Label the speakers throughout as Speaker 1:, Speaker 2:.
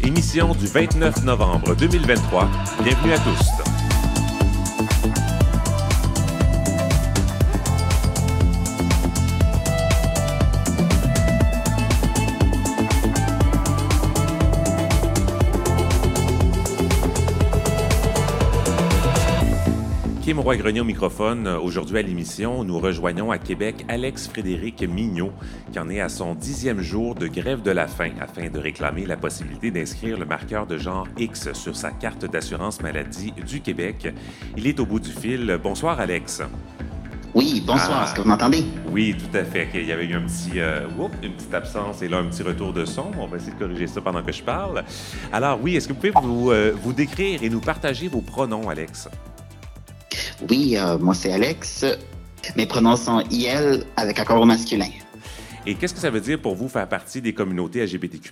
Speaker 1: émission du 29 novembre 2023. Bienvenue à tous. Kim Roy-Grenier au microphone. Aujourd'hui à l'émission, nous rejoignons à Québec Alex-Frédéric Mignot, qui en est à son 10e jour de grève de la faim, afin de réclamer la possibilité d'inscrire le marqueur de genre X sur sa carte d'assurance maladie du Québec. Il est au bout du fil. Bonsoir Alex.
Speaker 2: Oui, bonsoir. Est-ce que vous m'entendez?
Speaker 1: Oui, tout à fait. Il y avait eu une petite absence et là, un petit retour de son. On va essayer de corriger ça pendant que je parle. Alors oui, est-ce que vous pouvez vous décrire et nous partager vos pronoms, Alex?
Speaker 2: Oui, moi c'est Alex. Mes pronoms sont IL avec accord au masculin.
Speaker 1: Et qu'est-ce que ça veut dire pour vous faire partie des communautés LGBTQ+?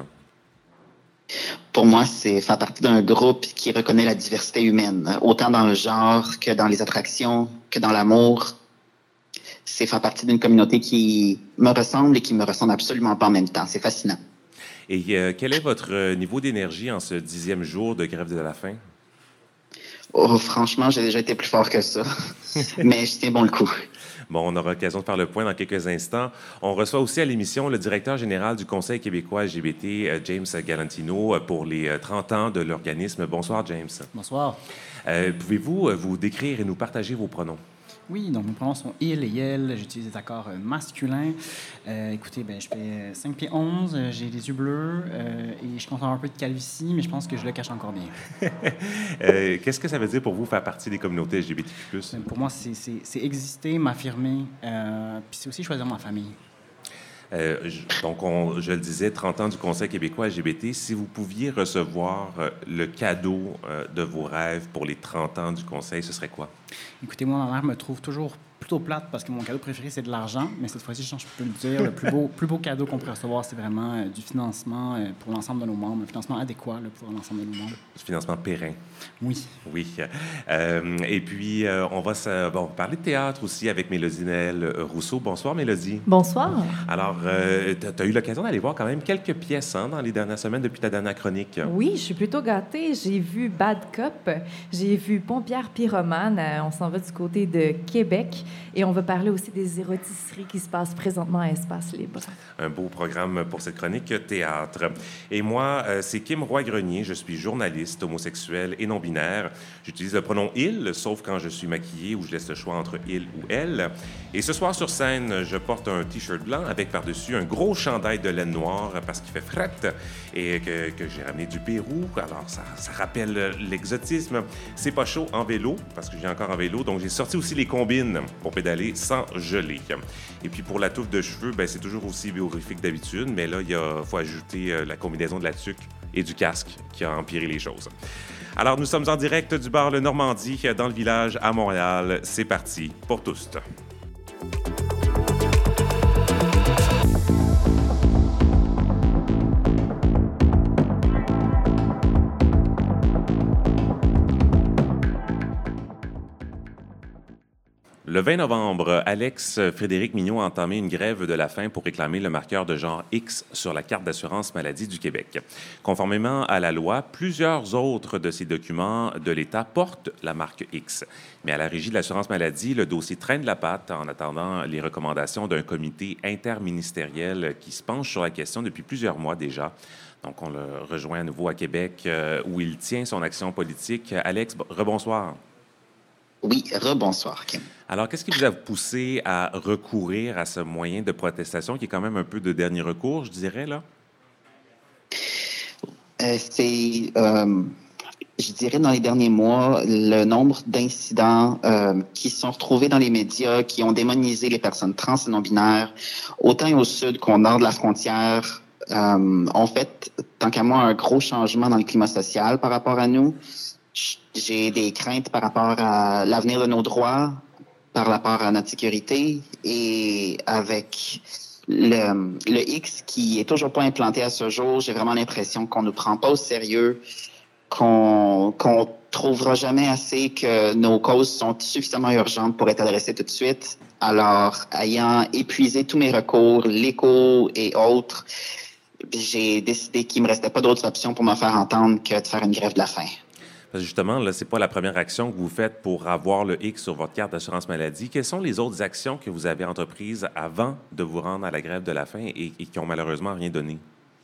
Speaker 2: Pour moi, c'est faire partie d'un groupe qui reconnaît la diversité humaine, autant dans le genre que dans les attractions, que dans l'amour. C'est faire partie d'une communauté qui me ressemble et qui me ressemble absolument pas en même temps. C'est fascinant.
Speaker 1: Et quel est votre niveau d'énergie en ce 10e jour de grève de la faim?
Speaker 2: Oh, franchement, j'ai déjà été plus fort que ça, mais je tiens bon le coup.
Speaker 1: Bon, on aura l'occasion de faire le point dans quelques instants. On reçoit aussi à l'émission le directeur général du Conseil québécois LGBT, James Galantino, pour les 30 ans de l'organisme. Bonsoir, James.
Speaker 3: Bonsoir.
Speaker 1: Pouvez-vous vous décrire et nous partager vos pronoms?
Speaker 3: Oui, donc mes pronoms sont il et elle. J'utilise des accords masculins. Écoutez, je fais 5 pieds 11, j'ai les yeux bleus et je consomme un peu de calvitie, mais je pense que je le cache encore bien.
Speaker 1: Qu'est-ce que ça veut dire pour vous faire partie des communautés LGBTQ+?
Speaker 3: Pour moi, c'est exister, m'affirmer, puis c'est aussi choisir ma famille.
Speaker 1: Donc, je le disais, 30 ans du Conseil québécois LGBT. Si vous pouviez recevoir le cadeau de vos rêves pour les 30 ans du Conseil, ce serait quoi?
Speaker 3: Écoutez, moi, ma mère me trouve toujours plutôt plate parce que mon cadeau préféré, c'est de l'argent. Mais cette fois-ci, je peux le dire, le plus beau cadeau qu'on pourrait recevoir, c'est vraiment du financement pour l'ensemble de nos membres, un financement adéquat pour l'ensemble de nos membres.
Speaker 1: Du financement périn.
Speaker 3: Oui.
Speaker 1: Oui. Et puis, on va parler de théâtre aussi avec Mélodie Naël Rousseau. Bonsoir, Mélodie.
Speaker 4: Bonsoir.
Speaker 1: Alors, tu as eu l'occasion d'aller voir quand même quelques pièces dans les dernières semaines depuis ta dernière chronique.
Speaker 4: Oui, je suis plutôt gâtée. J'ai vu Bad Cop, j'ai vu Pompière Pyromane. On s'en va du côté de Québec et on va parler aussi des érotisseries qui se passent présentement à Espace Libre.
Speaker 1: Un beau programme pour cette chronique théâtre. Et moi, c'est Kim Roy-Grenier. Je suis journaliste homosexuel et non-binaire. J'utilise le pronom « il », sauf quand je suis maquillée ou je laisse le choix entre « il » ou « elle ». Et ce soir, sur scène, je porte un T-shirt blanc avec par-dessus un gros chandail de laine noire parce qu'il fait fret et que j'ai ramené du Pérou. Alors, ça rappelle l'exotisme. C'est pas chaud en vélo parce que j'ai encore en vélo. Donc, j'ai sorti aussi les combines pour pédaler sans geler. Et puis, pour la touffe de cheveux, c'est toujours aussi horrifique d'habitude. Mais là, il faut ajouter la combinaison de la tuque et du casque qui a empiré les choses. Alors, nous sommes en direct du bar Le Normandie, dans le village à Montréal. C'est parti pour tous. Le 20 novembre, Alex-Frédéric Mignot a entamé une grève de la faim pour réclamer le marqueur de genre X sur la carte d'assurance maladie du Québec. Conformément à la loi, plusieurs autres de ces documents de l'État portent la marque X. Mais à la Régie de l'assurance maladie, le dossier traîne la patte en attendant les recommandations d'un comité interministériel qui se penche sur la question depuis plusieurs mois déjà. Donc, on le rejoint à nouveau à Québec où il tient son action politique. Alex, rebonsoir.
Speaker 2: Oui, rebonsoir, Kim.
Speaker 1: Alors, qu'est-ce qui vous a poussé à recourir à ce moyen de protestation qui est quand même un peu de dernier recours, je dirais, là?
Speaker 2: Je dirais, dans les derniers mois, le nombre d'incidents qui sont retrouvés dans les médias, qui ont démonisé les personnes trans et non-binaires, autant au sud qu'au nord de la frontière, ont fait, tant qu'à moi, un gros changement dans le climat social par rapport à nous. J'ai des craintes par rapport à l'avenir de nos droits, par rapport à notre sécurité et avec le X qui est toujours pas implanté à ce jour, j'ai vraiment l'impression qu'on ne prend pas au sérieux, qu'on trouvera jamais assez que nos causes sont suffisamment urgentes pour être adressées tout de suite. Alors, ayant épuisé tous mes recours, l'écho et autres, j'ai décidé qu'il me restait pas d'autres options pour me faire entendre que de faire une grève de la faim.
Speaker 1: Parce que justement, là, c'est pas la première action que vous faites pour avoir le X sur votre carte d'assurance maladie. Quelles sont les autres actions que vous avez entreprises avant de vous rendre à la grève de la faim et qui ont malheureusement rien donné?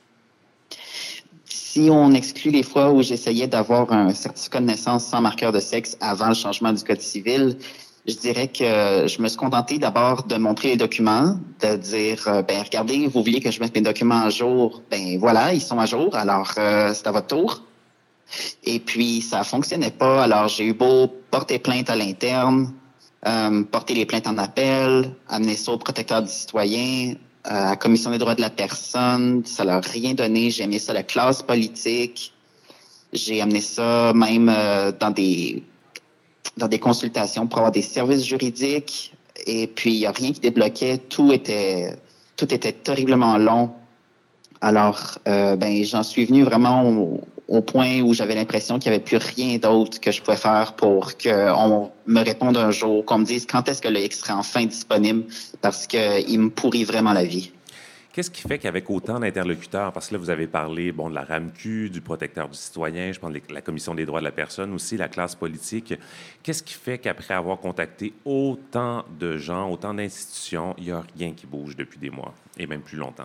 Speaker 2: Si on exclut les fois où j'essayais d'avoir un certificat de naissance sans marqueur de sexe avant le changement du Code civil, je dirais que je me suis contenté d'abord de montrer les documents, de dire, ben regardez, vous vouliez que je mette mes documents à jour, ben voilà, ils sont à jour, alors c'est à votre tour. Et puis, ça fonctionnait pas, alors j'ai eu beau porter plainte à l'interne, porter les plaintes en appel, amener ça au protecteur du citoyen, à la Commission des droits de la personne, ça leur a rien donné. J'ai amené ça à la classe politique. J'ai amené ça même dans des consultations pour avoir des services juridiques. Et puis, il n'y a rien qui débloquait. Tout était terriblement long. Alors, ben, j'en suis venu vraiment au point où j'avais l'impression qu'il n'y avait plus rien d'autre que je pouvais faire pour qu'on me réponde un jour, qu'on me dise quand est-ce que le X serait enfin disponible, parce qu'il me pourrit vraiment la vie.
Speaker 1: Qu'est-ce qui fait qu'avec autant d'interlocuteurs, parce que là, vous avez parlé de la RAMQ, du protecteur du citoyen, je pense la Commission des droits de la personne aussi, la classe politique, qu'est-ce qui fait qu'après avoir contacté autant de gens, autant d'institutions, il n'y a rien qui bouge depuis des mois, et même plus longtemps?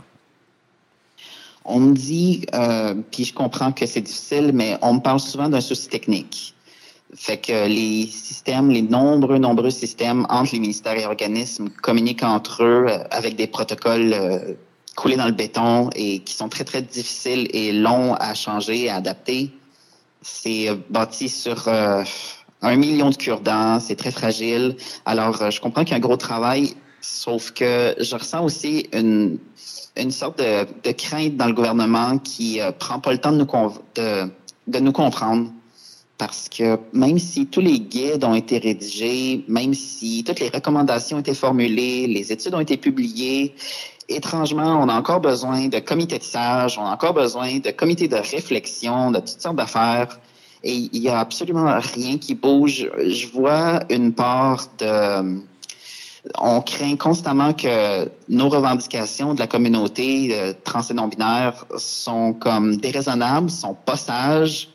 Speaker 2: On me dit, puis je comprends que c'est difficile, mais on me parle souvent d'un souci technique. Fait que les systèmes, les nombreux systèmes entre les ministères et organismes communiquent entre eux avec des protocoles coulés dans le béton et qui sont très, très difficiles et longs à changer et à adapter. C'est bâti sur 1 million de cure-dents, c'est très fragile. Alors, je comprends qu'il y a un gros travail, sauf que je ressens aussi une sorte de crainte dans le gouvernement qui prend pas le temps de nous comprendre. Parce que même si tous les guides ont été rédigés, même si toutes les recommandations ont été formulées, les études ont été publiées, étrangement, on a encore besoin de comités de sages, on a encore besoin de comités de réflexion, de toutes sortes d'affaires. Et il y a absolument rien qui bouge. Je vois une part de... On craint constamment que nos revendications de la communauté trans et non-binaire sont comme déraisonnables, sont pas sages,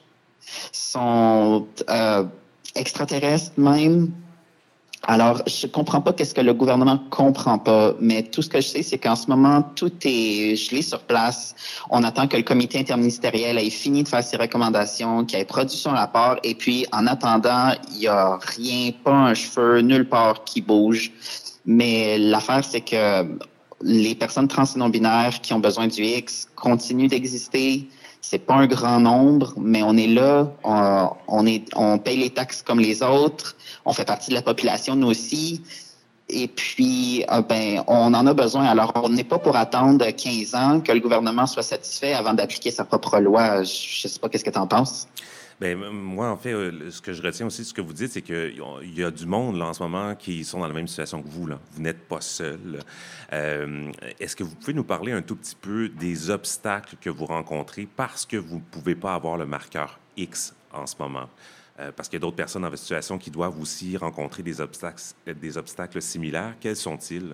Speaker 2: sont extraterrestres même. Alors, je comprends pas qu'est-ce que le gouvernement comprend pas, mais tout ce que je sais, c'est qu'en ce moment, tout est gelé sur place. On attend que le comité interministériel ait fini de faire ses recommandations, qu'il ait produit son rapport, et puis, en attendant, il y a rien, pas un cheveu, nulle part qui bouge. Mais l'affaire, c'est que les personnes trans et non-binaires qui ont besoin du X continuent d'exister. C'est pas un grand nombre, mais on est là, on paye les taxes comme les autres, on fait partie de la population nous aussi, et puis ben on en a besoin. Alors on n'est pas pour attendre 15 ans que le gouvernement soit satisfait avant d'appliquer sa propre loi. Je sais pas qu'est-ce que tu en penses.
Speaker 1: Bien, moi, en fait, ce que je retiens aussi de ce que vous dites, c'est qu'il y a du monde, là, en ce moment, qui sont dans la même situation que vous, là. Vous n'êtes pas seul. Est-ce que vous pouvez nous parler un tout petit peu des obstacles que vous rencontrez parce que vous ne pouvez pas avoir le marqueur X en ce moment? Parce qu'il y a d'autres personnes dans votre situation qui doivent aussi rencontrer des obstacles similaires. Quels sont-ils?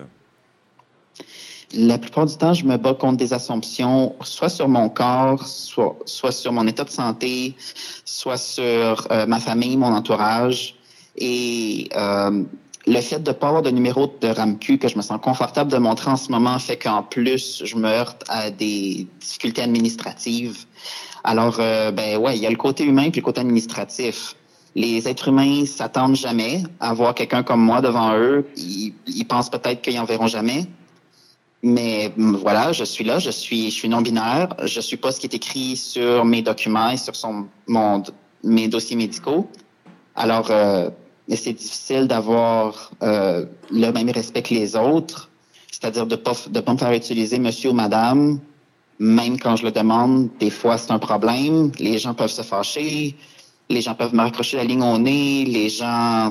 Speaker 2: La plupart du temps, je me bats contre des assumptions, soit sur mon corps, soit sur mon état de santé, soit sur ma famille, mon entourage. Et le fait de ne pas avoir de numéro de RAMQ que je me sens confortable de montrer en ce moment fait qu'en plus, je me heurte à des difficultés administratives. Alors, ben ouais, il y a le côté humain puis le côté administratif. Les êtres humains s'attendent jamais à voir quelqu'un comme moi devant eux. Ils pensent peut-être qu'ils en verront jamais. Mais voilà, je suis là, je suis non-binaire, je suis pas ce qui est écrit sur mes documents et sur mes dossiers médicaux. Alors, c'est difficile d'avoir le même respect que les autres, c'est-à-dire de pas me faire utiliser monsieur ou madame, même quand je le demande. Des fois, c'est un problème. Les gens peuvent se fâcher, les gens peuvent me raccrocher la ligne au nez, les gens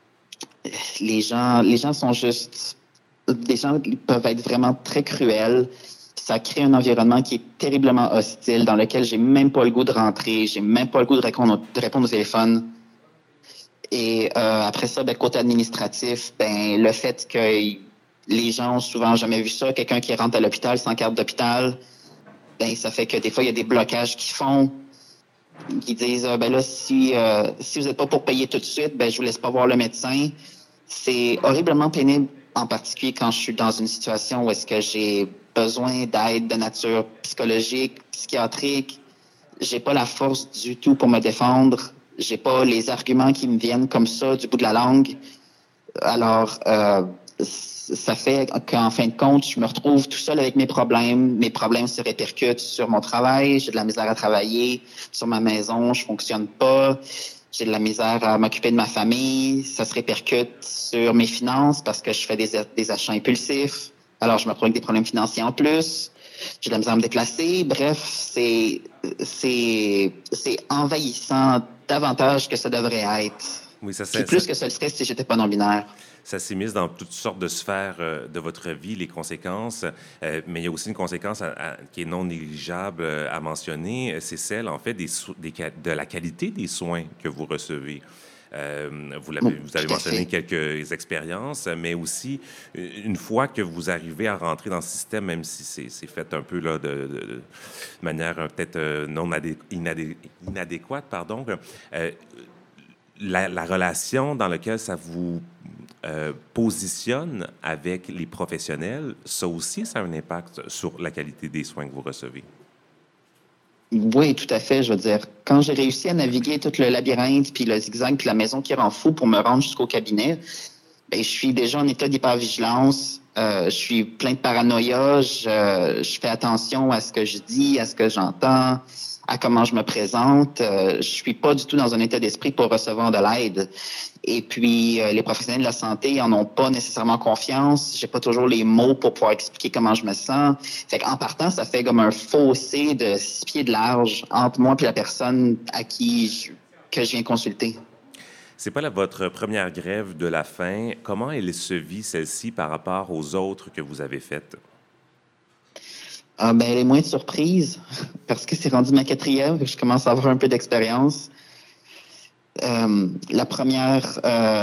Speaker 2: sont juste... Des gens peuvent être vraiment très cruels. Ça crée un environnement qui est terriblement hostile, dans lequel j'ai même pas le goût de rentrer, j'ai même pas le goût de répondre au téléphone. Et après ça, ben, côté administratif, ben, le fait que les gens ont souvent jamais vu ça, quelqu'un qui rentre à l'hôpital sans carte d'hôpital, ben ça fait que des fois, il y a des blocages qui disent ben là, si vous n'êtes pas pour payer tout de suite, ben je vous laisse pas voir le médecin. C'est horriblement pénible, en particulier quand je suis dans une situation où est-ce que j'ai besoin d'aide de nature psychologique, psychiatrique. J'ai pas la force du tout pour me défendre. J'ai pas les arguments qui me viennent comme ça du bout de la langue. Alors, ça fait qu'en fin de compte, je me retrouve tout seul avec mes problèmes. Mes problèmes se répercutent sur mon travail. J'ai de la misère à travailler. Sur ma maison, je fonctionne pas. J'ai de la misère à m'occuper de ma famille. Ça se répercute sur mes finances parce que je fais des achats impulsifs. Alors, je me retrouve avec des problèmes financiers en plus. J'ai de la misère à me déplacer. Bref, c'est envahissant davantage que ça devrait être.
Speaker 1: Oui,
Speaker 2: Puis plus que ça le serait si j'étais pas non-binaire.
Speaker 1: Ça s'immisce dans toutes sortes de sphères de votre vie, les conséquences, mais il y a aussi une conséquence qui est non négligeable à mentionner, c'est celle, en fait, de la qualité des soins que vous recevez. Vous avez mentionné quelques expériences, mais aussi, une fois que vous arrivez à rentrer dans le système, même si c'est fait un peu là, de manière peut-être non inadéquate, pardon, la relation dans laquelle ça vous positionne avec les professionnels, ça aussi, ça a un impact sur la qualité des soins que vous recevez.
Speaker 2: Oui, tout à fait. Je veux dire, quand j'ai réussi à naviguer tout le labyrinthe, puis le zigzag, puis la maison qui rend fou pour me rendre jusqu'au cabinet, ben, je suis déjà en état d'hypervigilance. Je suis plein de paranoïa. Je fais attention à ce que je dis, à ce que j'entends, à comment je me présente. Je suis pas du tout dans un état d'esprit pour recevoir de l'aide. Et puis, les professionnels de la santé en ont pas nécessairement confiance. J'ai pas toujours les mots pour pouvoir expliquer comment je me sens. Fait qu'en partant, ça fait comme un fossé de 6 pieds de large entre moi et la personne que je viens consulter.
Speaker 1: C'est pas votre première grève de la faim. Comment elle se vit, celle-ci, par rapport aux autres que vous avez faites?
Speaker 2: Ben, elle est moins de surprise parce que c'est rendu ma 4e et je commence à avoir un peu d'expérience. La première,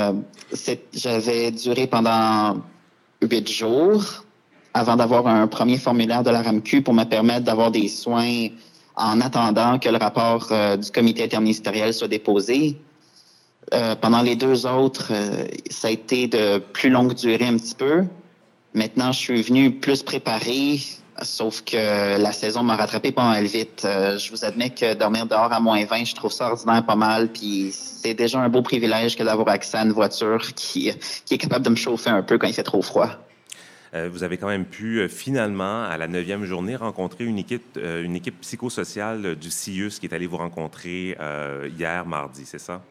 Speaker 2: j'avais duré pendant 8 jours avant d'avoir un premier formulaire de la RAMQ pour me permettre d'avoir des soins en attendant que le rapport du comité interministériel soit déposé. Pendant les 2 autres, ça a été de plus longue durée un petit peu. Maintenant, je suis venu plus préparé, sauf que la saison m'a rattrapé pas mal vite. Je vous admets que dormir dehors à -20, je trouve ça ordinaire pas mal, puis c'est déjà un beau privilège que d'avoir accès à une voiture qui est capable de me chauffer un peu quand il fait trop froid.
Speaker 1: Vous avez quand même pu, finalement, à la 9e journée, rencontrer une équipe psychosociale du CIUS qui est allée vous rencontrer hier, mardi, c'est ça?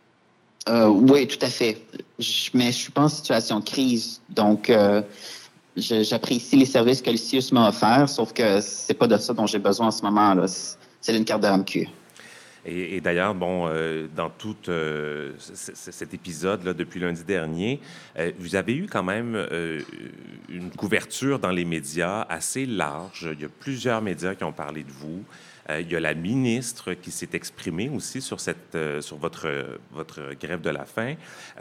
Speaker 2: Oui, tout à fait. Mais je suis pas en situation de crise, donc j'apprécie les services que le CIUS m'a offerts, sauf que c'est pas de ça dont j'ai besoin en ce moment. Là. C'est d'une carte de RAMQ.
Speaker 1: Et d'ailleurs, bon, dans tout cet épisode-là, depuis lundi dernier, vous avez eu quand même une couverture dans les médias assez large. Il y a plusieurs médias qui ont parlé de vous. Il y a la ministre qui s'est exprimée aussi sur votre grève de la faim.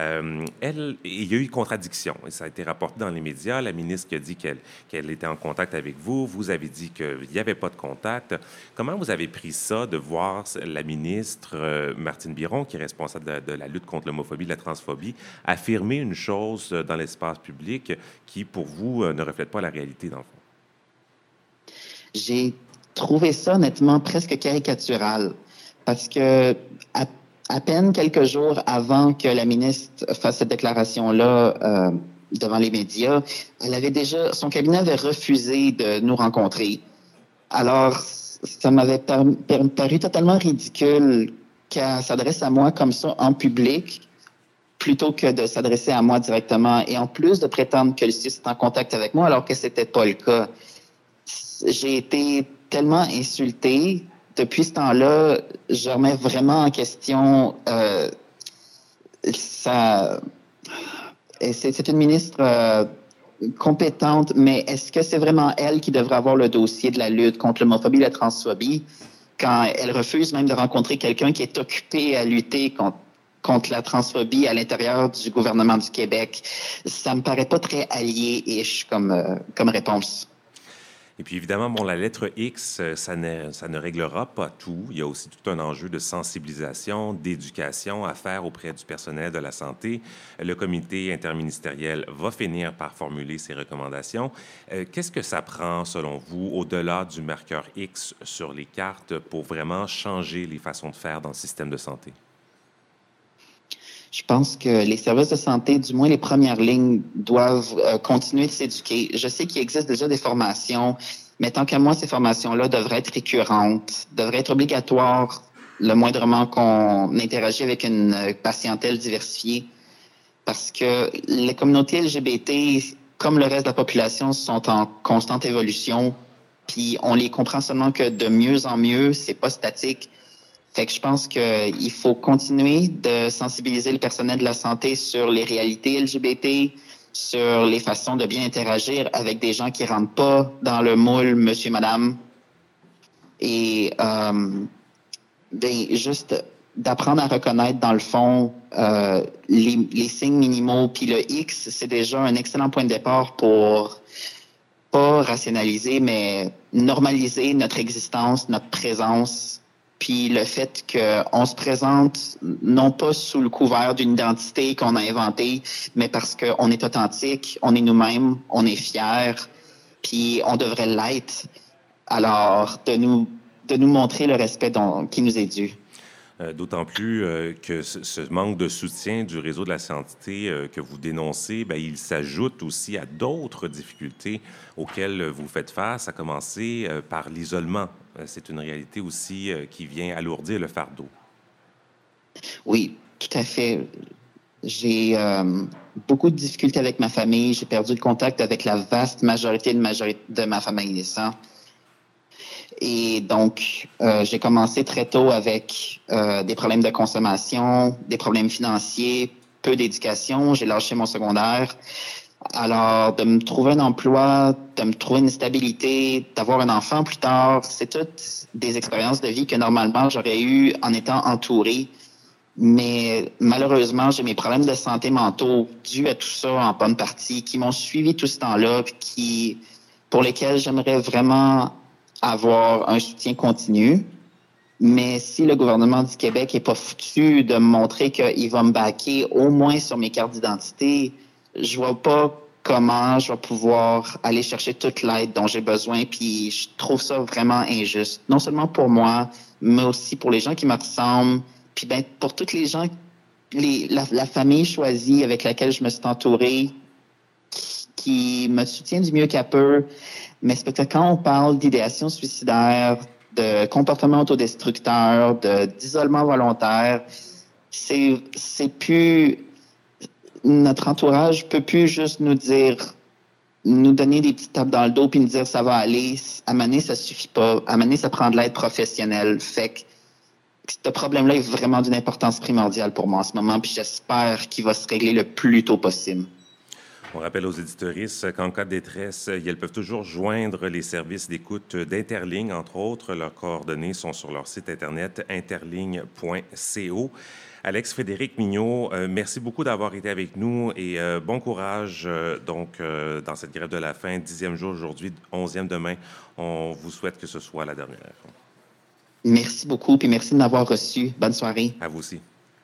Speaker 1: Il y a eu contradiction. Et ça a été rapporté dans les médias. La ministre qui a dit qu'elle était en contact avec vous. Vous avez dit qu'il n'y avait pas de contact. Comment vous avez pris ça de voir la ministre Martine Biron, qui est responsable de la lutte contre l'homophobie et la transphobie, affirmer une chose dans l'espace public qui, pour vous, ne reflète pas la réalité, dans le fond?
Speaker 2: J'ai trouvé ça, honnêtement, presque caricatural. Parce que à peine quelques jours avant que la ministre fasse cette déclaration-là devant les médias, son cabinet avait refusé de nous rencontrer. Alors, ça m'avait paru totalement ridicule qu'elle s'adresse à moi comme ça en public, plutôt que de s'adresser à moi directement. Et en plus de prétendre que le CIUS est en contact avec moi, alors que c'était pas le cas. J'ai été tellement insulté. Depuis ce temps-là, je remets vraiment en question c'est une ministre compétente, mais est-ce que c'est vraiment elle qui devrait avoir le dossier de la lutte contre l'homophobie et la transphobie quand elle refuse même de rencontrer quelqu'un qui est occupé à lutter contre la transphobie à l'intérieur du gouvernement du Québec? Ça me paraît pas très allié-ish comme réponse.
Speaker 1: Et puis évidemment, bon, la lettre X, ça ne réglera pas tout. Il y a aussi tout un enjeu de sensibilisation, d'éducation à faire auprès du personnel de la santé. Le comité interministériel va finir par formuler ses recommandations. Qu'est-ce que ça prend, selon vous, au-delà du marqueur X sur les cartes pour vraiment changer les façons de faire dans le système de santé?
Speaker 2: Je pense que les services de santé, du moins les premières lignes, doivent continuer de s'éduquer. Je sais qu'il existe déjà des formations, mais tant qu'à moi, ces formations-là devraient être récurrentes, devraient être obligatoires le moindrement qu'on interagit avec une patientèle diversifiée, parce que les communautés LGBT, comme le reste de la population, sont en constante évolution, puis on les comprend seulement que de mieux en mieux, c'est pas statique. Fait que je pense qu'il faut continuer de sensibiliser le personnel de la santé sur les réalités LGBT, sur les façons de bien interagir avec des gens qui rentrent pas dans le moule monsieur, madame. Et juste d'apprendre à reconnaître, dans le fond, les signes minimaux. Puis le X, c'est déjà un excellent point de départ pour pas rationaliser, mais normaliser notre existence, notre présence. Puis le fait qu'on se présente non pas sous le couvert d'une identité qu'on a inventée, mais parce qu'on est authentique, on est nous-mêmes, on est fiers, puis on devrait l'être. Alors, de nous montrer le respect qui nous est dû.
Speaker 1: D'autant plus que ce manque de soutien du réseau de la santé que vous dénoncez, bien, il s'ajoute aussi à d'autres difficultés auxquelles vous faites face, à commencer par l'isolement. C'est une réalité aussi qui vient alourdir le fardeau.
Speaker 2: Oui, tout à fait. J'ai beaucoup de difficultés avec ma famille. J'ai perdu le contact avec la vaste majorité de ma famille naissante. Et donc, j'ai commencé très tôt avec des problèmes de consommation, des problèmes financiers, peu d'éducation. J'ai lâché mon secondaire. Alors, de me trouver un emploi, de me trouver une stabilité, d'avoir un enfant plus tard, c'est toutes des expériences de vie que normalement j'aurais eues en étant entouré. Mais malheureusement, j'ai mes problèmes de santé mentaux dus à tout ça en bonne partie, qui m'ont suivi tout ce temps-là, puis pour lesquels j'aimerais vraiment avoir un soutien continu. Mais si le gouvernement du Québec est pas foutu de me montrer qu'il va me backer au moins sur mes cartes d'identité, je vois pas comment je vais pouvoir aller chercher toute l'aide dont j'ai besoin. Puis je trouve ça vraiment injuste. Non seulement pour moi, mais aussi pour les gens qui me ressemblent. Puis ben pour toutes les gens, la famille choisie avec laquelle je me suis entouré, qui me soutient du mieux qu'elle peut. Mais c'est que quand on parle d'idéation suicidaire, de comportement autodestructeur, d'isolement volontaire, c'est plus... Notre entourage peut plus juste nous donner des petites tapes dans le dos puis nous dire ça va aller. À un moment donné, ça suffit pas. À un moment donné, ça prend de l'aide professionnelle. Fait que ce problème-là est vraiment d'une importance primordiale pour moi en ce moment, puis j'espère qu'il va se régler le plus tôt possible.
Speaker 1: On rappelle aux éditoristes qu'en cas de détresse, elles peuvent toujours joindre les services d'écoute d'Interligne, entre autres. Leurs coordonnées sont sur leur site Internet interligne.co. Alex Frédéric Mignot, merci beaucoup d'avoir été avec nous et bon courage dans cette grève de la faim. 10e jour aujourd'hui, 11e demain. On vous souhaite que ce soit la dernière.
Speaker 2: Merci beaucoup, puis merci de m'avoir reçu. Bonne soirée.
Speaker 1: À vous aussi.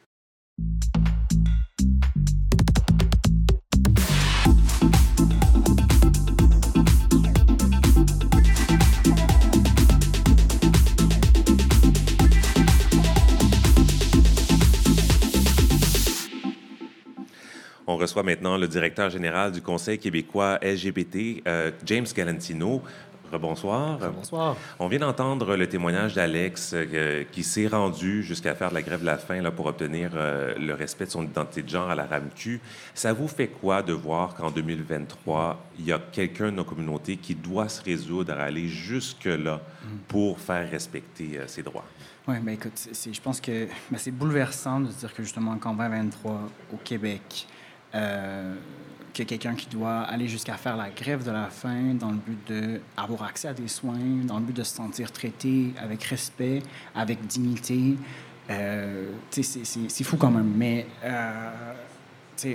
Speaker 1: On reçoit maintenant le directeur général du Conseil québécois LGBT, James Galantino. Rebonsoir.
Speaker 3: Bonsoir.
Speaker 1: On vient d'entendre le témoignage d'Alex qui s'est rendu jusqu'à faire de la grève de la faim là, pour obtenir le respect de son identité de genre à la RAMQ. Ça vous fait quoi de voir qu'en 2023, il y a quelqu'un de nos communautés qui doit se résoudre à aller jusque-là pour faire respecter ses droits?
Speaker 3: Oui, bien écoute, je pense que c'est bouleversant de se dire que justement qu'en 2023, au Québec, qu'il y a quelqu'un qui doit aller jusqu'à faire la grève de la faim dans le but d'avoir accès à des soins, dans le but de se sentir traité avec respect, avec dignité. C'est fou quand même, mais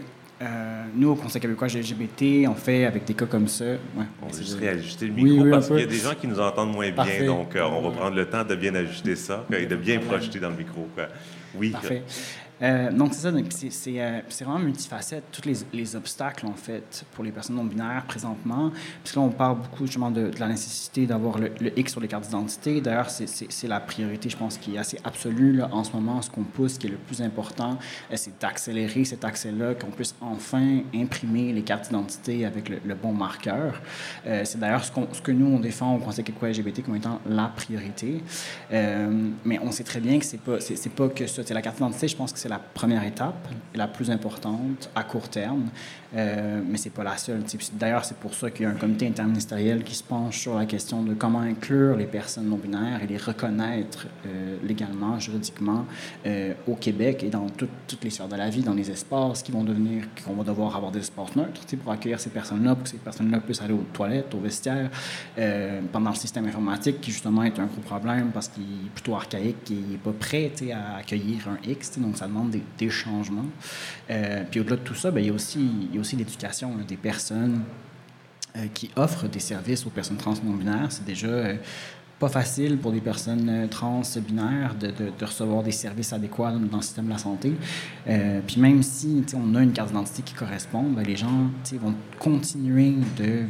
Speaker 3: Nous, au Conseil québécois LGBT, on fait avec des cas comme ça. Ouais,
Speaker 1: on va juste réajuster le micro parce qu'il y a des gens qui nous entendent moins bien.
Speaker 3: Parfait.
Speaker 1: Donc, on va prendre le temps de bien ajuster ça et de bien projeter dans le micro. Oui.
Speaker 3: Parfait. Donc, c'est ça. C'est vraiment multifacette, tous les obstacles, en fait, pour les personnes non-binaires présentement. Puis là, on parle beaucoup, justement, de la nécessité d'avoir le X sur les cartes d'identité. D'ailleurs, c'est la priorité, je pense, qui est assez absolue là, en ce moment. Ce qu'on pousse, qui est le plus important, c'est d'accélérer cet accès-là, qu'on puisse enfin imprimer les cartes d'identité avec le bon marqueur. C'est d'ailleurs ce que nous, on défend au Conseil québécois LGBT comme étant la priorité. Mais on sait très bien que c'est pas que ça. C'est la carte d'identité, je pense que c'est la première étape, la plus importante à court terme, mais c'est pas la seule. D'ailleurs, c'est pour ça qu'il y a un comité interministériel qui se penche sur la question de comment inclure les personnes non-binaires et les reconnaître légalement, juridiquement, au Québec et dans toutes les sphères de la vie, dans les espaces qu'on va devoir avoir des espaces neutres pour accueillir ces personnes-là, pour que ces personnes-là puissent aller aux toilettes, aux vestiaires, pendant le système informatique qui, justement, est un gros problème parce qu'il est plutôt archaïque et il n'est pas prêt à accueillir un X, donc ça demande des changements. Puis au-delà de tout ça, il y a aussi l'éducation des personnes qui offrent des services aux personnes trans non-binaires. C'est déjà pas facile pour des personnes trans binaires de recevoir des services adéquats dans le système de la santé. Puis même si on a une carte d'identité qui correspond, les gens vont continuer de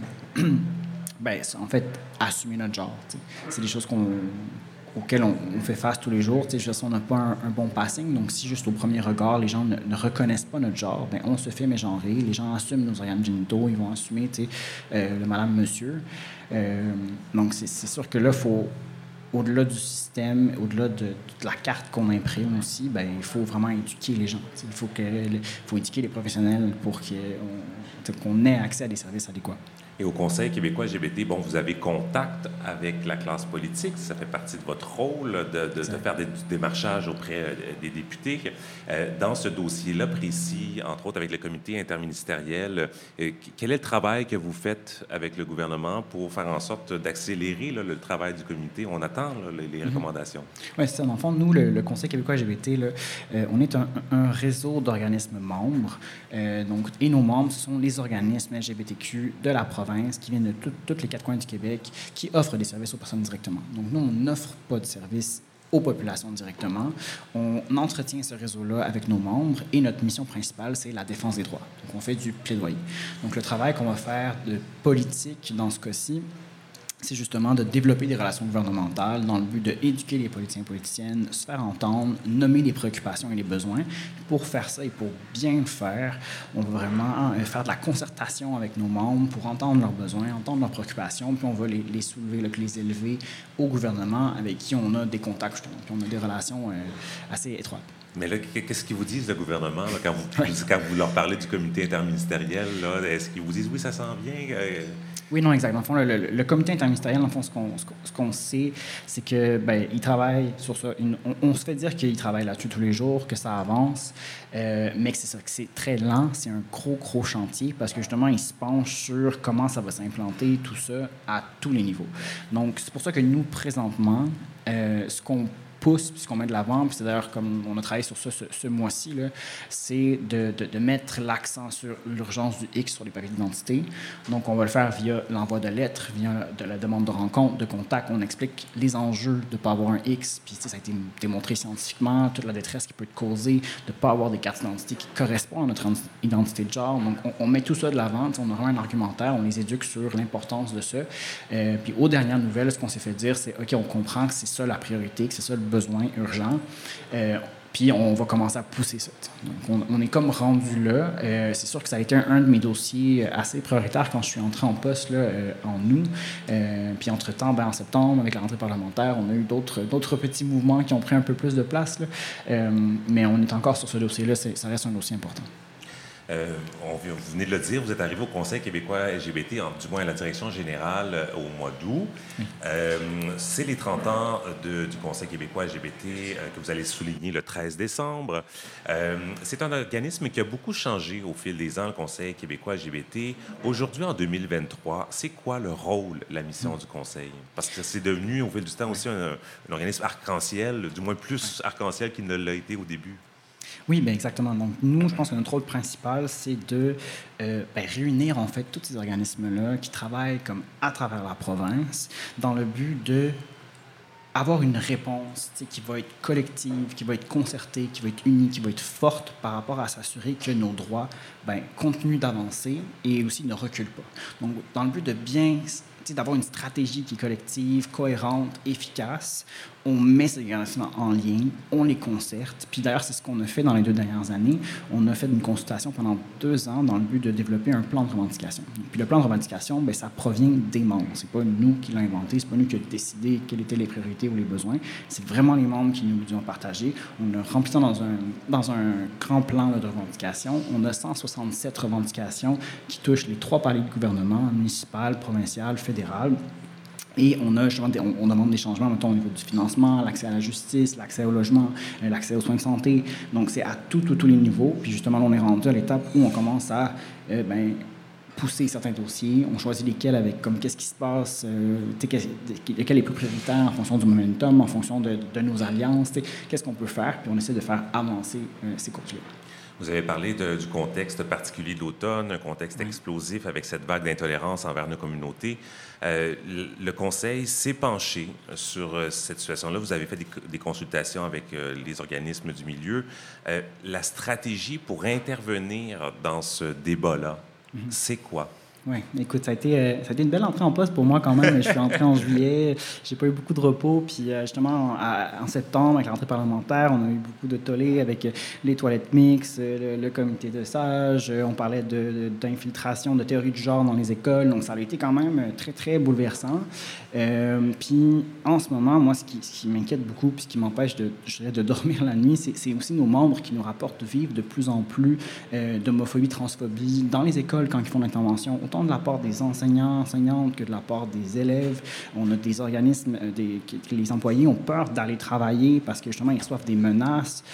Speaker 3: en fait, assumer notre genre. C'est des choses auxquelles on fait face tous les jours. On n'a pas un bon passing. Donc, si juste au premier regard, les gens ne reconnaissent pas notre genre, on se fait mégenrer. Les gens assument nos organes génitaux. Ils vont assumer le madame, monsieur. Donc, c'est sûr que là, il faut, au-delà du système, au-delà de la carte qu'on imprime aussi, il faut vraiment éduquer les gens. Il faut éduquer les professionnels pour qu'on ait accès à des services adéquats.
Speaker 1: Et au Conseil québécois LGBT, vous avez contact avec la classe politique. Ça fait partie de votre rôle de faire des démarchages auprès des députés. Dans ce dossier-là précis, entre autres avec le comité interministériel, quel est le travail que vous faites avec le gouvernement pour faire en sorte d'accélérer le travail du comité? On attend les recommandations.
Speaker 3: Oui, c'est ça. Dans le fond, nous, le Conseil québécois LGBT, on est un réseau d'organismes membres. Et nos membres, ce sont les organismes LGBTQ de la province qui viennent de tous les quatre coins du Québec, qui offrent des services aux personnes directement. Donc, nous, on n'offre pas de services aux populations directement. On entretient ce réseau-là avec nos membres et notre mission principale, c'est la défense des droits. Donc, on fait du plaidoyer. Donc, le travail qu'on va faire de politique dans ce cas-ci, c'est justement de développer des relations gouvernementales dans le but d'éduquer les politiciens et politiciennes, se faire entendre, nommer les préoccupations et les besoins. Pour faire ça et pour bien le faire, on va vraiment faire de la concertation avec nos membres pour entendre leurs besoins, entendre leurs préoccupations, puis on va les soulever, les élever au gouvernement avec qui on a des contacts, justement, puis on a des relations assez étroites.
Speaker 1: Mais là, qu'est-ce qu'ils vous disent, le gouvernement, là, quand vous leur parlez du comité interministériel? Est-ce qu'ils vous disent « oui, ça s'en vient »
Speaker 3: Oui, non, exact. Dans le fond, le comité interministériel, dans le fond, ce qu'on sait, c'est que il travaille sur ça. On se fait dire qu'il travaille là-dessus tous les jours, que ça avance, mais que c'est ça, que c'est très lent, c'est un gros chantier, parce que justement, il se penche sur comment ça va s'implanter, tout ça, à tous les niveaux. Donc, c'est pour ça que nous, présentement, ce qu'on pousse, puis ce qu'on met de l'avant, puis c'est d'ailleurs comme on a travaillé sur ça ce mois-ci, là, c'est de mettre l'accent sur l'urgence du X sur les papiers d'identité. Donc, on va le faire via l'envoi de lettres, via de la demande de rencontre, de contact. On explique les enjeux de ne pas avoir un X, puis ça a été démontré scientifiquement, toute la détresse qui peut être causée de ne pas avoir des cartes d'identité qui correspondent à notre identité de genre. Donc, on met tout ça de l'avant, on a vraiment un argumentaire, on les éduque sur l'importance de ça. Puis, aux dernières nouvelles, ce qu'on s'est fait dire, c'est OK, on comprend que c'est ça la priorité, que c'est ça le besoin urgent. Puis on va commencer à pousser ça. Donc on est comme rendu là. C'est sûr que ça a été un de mes dossiers assez prioritaires quand je suis entré en poste là, en août. Puis entre-temps, en septembre, avec la rentrée parlementaire, on a eu d'autres petits mouvements qui ont pris un peu plus de place. Là. Mais on est encore sur ce dossier-là. Ça reste un dossier important.
Speaker 1: Vous venez de le dire, vous êtes arrivé au Conseil québécois LGBT, du moins à la direction générale, au mois d'août. Oui. C'est les 30 ans du Conseil québécois LGBT que vous allez souligner le 13 décembre. C'est un organisme qui a beaucoup changé au fil des ans, le Conseil québécois LGBT. Aujourd'hui, en 2023, c'est quoi le rôle, la mission du Conseil? Parce que c'est devenu, au fil du temps, aussi un organisme arc-en-ciel, du moins plus arc-en-ciel qu'il ne l'a été au début.
Speaker 3: Oui, bien exactement. Donc, nous, je pense que notre rôle principal, c'est de réunir, en fait, tous ces organismes-là qui travaillent comme à travers la province dans le but de avoir une réponse qui va être collective, qui va être concertée, qui va être unie, qui va être forte par rapport à s'assurer que nos droits continuent d'avancer et aussi ne reculent pas. Donc, dans le but de bien, d'avoir une stratégie qui est collective, cohérente, efficace, on met ces organismes en lien, on les concerte. Puis d'ailleurs, c'est ce qu'on a fait dans les 2 dernières années. On a fait une consultation pendant 2 ans dans le but de développer un plan de revendication. Puis le plan de revendication, ça provient des membres. C'est pas nous qui l'avons inventé, c'est pas nous qui avons décidé quelles étaient les priorités ou les besoins. C'est vraiment les membres qui nous ont partagé. On a rempli ça dans un grand plan de revendication. On a 167 revendications qui touchent les 3 paliers de gouvernement, municipal, provincial, fédéral. Et on demande des changements, mettons, au niveau du financement, l'accès à la justice, l'accès au logement, l'accès aux soins de santé. Donc, c'est à tous les niveaux. Puis, justement, là, on est rendu à l'étape où on commence à pousser certains dossiers. On choisit lesquels avec, comme, qu'est-ce qui se passe, lequel est plus prioritaire en fonction du momentum, en fonction de nos alliances, qu'est-ce qu'on peut faire. Puis, on essaie de faire avancer ces courses-là.
Speaker 1: Vous avez parlé du contexte particulier de l'automne, un contexte explosif avec cette vague d'intolérance envers nos communautés. Le Conseil s'est penché sur cette situation-là. Vous avez fait des consultations avec les organismes du milieu. La stratégie pour intervenir dans ce débat-là, c'est quoi?
Speaker 3: Oui, écoute, ça a été une belle entrée en poste pour moi quand même. Je suis entré en juillet, j'ai pas eu beaucoup de repos. Puis justement, en septembre, avec la rentrée parlementaire, on a eu beaucoup de tollés avec les toilettes mixtes, le comité de sages. On parlait d'infiltration, de théorie du genre dans les écoles. Donc, ça a été quand même très, très bouleversant. Puis en ce moment, moi, ce qui m'inquiète beaucoup puis ce qui m'empêche de dormir la nuit, c'est aussi nos membres qui nous rapportent vivre de plus en plus d'homophobie, transphobie dans les écoles quand ils font l'intervention, autant de la part des enseignants, enseignantes que de la part des élèves. On a des organismes, que les employés ont peur d'aller travailler parce que justement, ils reçoivent des menaces.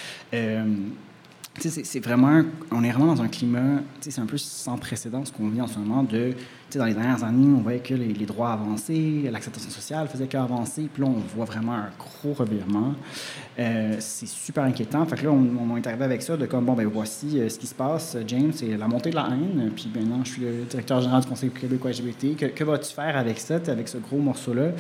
Speaker 3: C'est vraiment, on est vraiment dans un climat, c'est un peu sans précédent ce qu'on vit en ce moment dans les dernières années, on voyait que les droits avançaient, l'acceptation sociale faisait qu'avancer, puis là, on voit vraiment un gros revirement. C'est super inquiétant. Fait que là, on est arrivé avec ça, de comme, voici ce qui se passe, James, c'est la montée de la haine, puis maintenant, je suis le directeur général du Conseil québécois LGBT. Que vas-tu faire avec ça, avec ce gros morceau-là?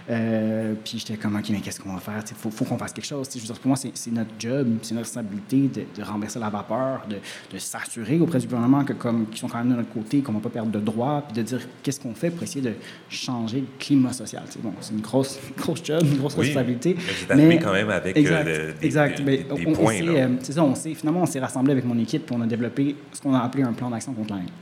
Speaker 3: Puis j'étais comme, OK, mais qu'est-ce qu'on va faire? Il faut qu'on fasse quelque chose. Je veux dire, pour moi, c'est notre job, c'est notre responsabilité de renverser la vapeur, de s'assurer auprès du gouvernement qu'ils sont quand même de notre côté, qu'on ne va pas perdre de droits, puis de dire qu'est-ce qu'on fait pour essayer de changer le climat social. C'est une grosse job, une grosse responsabilité.
Speaker 1: Mais quand même avec des points.
Speaker 3: C'est ça, finalement, on s'est rassemblé avec mon équipe et on a développé ce qu'on a appelé un plan d'action contre la haine.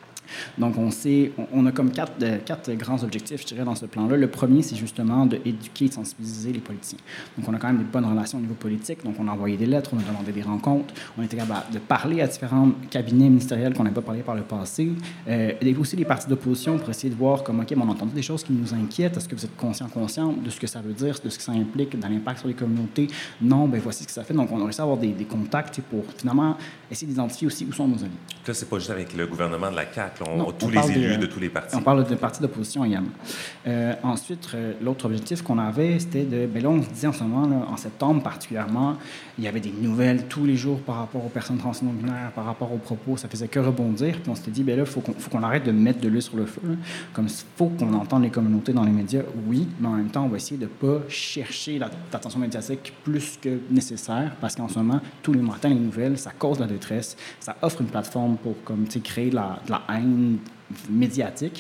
Speaker 3: Donc, on a comme quatre grands objectifs, je dirais, dans ce plan-là. Le premier, c'est justement d'éduquer et de sensibiliser les politiciens. Donc, on a quand même des bonnes relations au niveau politique. Donc, on a envoyé des lettres, on a demandé des rencontres. On était capable de parler à différents cabinets ministériels qu'on n'avait pas parlé par le passé. Et aussi les partis d'opposition pour essayer de voir comme, OK, on a entendu des choses qui nous inquiètent. Est-ce que vous êtes conscient de ce que ça veut dire, de ce que ça implique, dans l'impact sur les communautés? Non, voici ce que ça fait. Donc, on a réussi à avoir des contacts pour, finalement, essayer d'identifier aussi où sont nos alliés.
Speaker 1: Là, c'est pas juste avec le gouvernement de la CAQ. Tous les élus de tous les partis.
Speaker 3: On parle de partis d'opposition également. Ensuite, l'autre objectif qu'on avait, c'était là, on se disait en ce moment, là, en septembre particulièrement, il y avait des nouvelles tous les jours par rapport aux personnes trans et non-binaires, par rapport aux propos, ça faisait que rebondir. Puis on s'était dit, là, il faut qu'on arrête de mettre de l'huile sur le feu. Là. Comme il faut qu'on entende les communautés dans les médias, oui, mais en même temps, on va essayer de ne pas chercher l'attention médiatique plus que nécessaire, parce qu'en ce moment, tous les matins, les nouvelles, ça cause la détresse, ça offre une plateforme pour créer de la haine médiatique.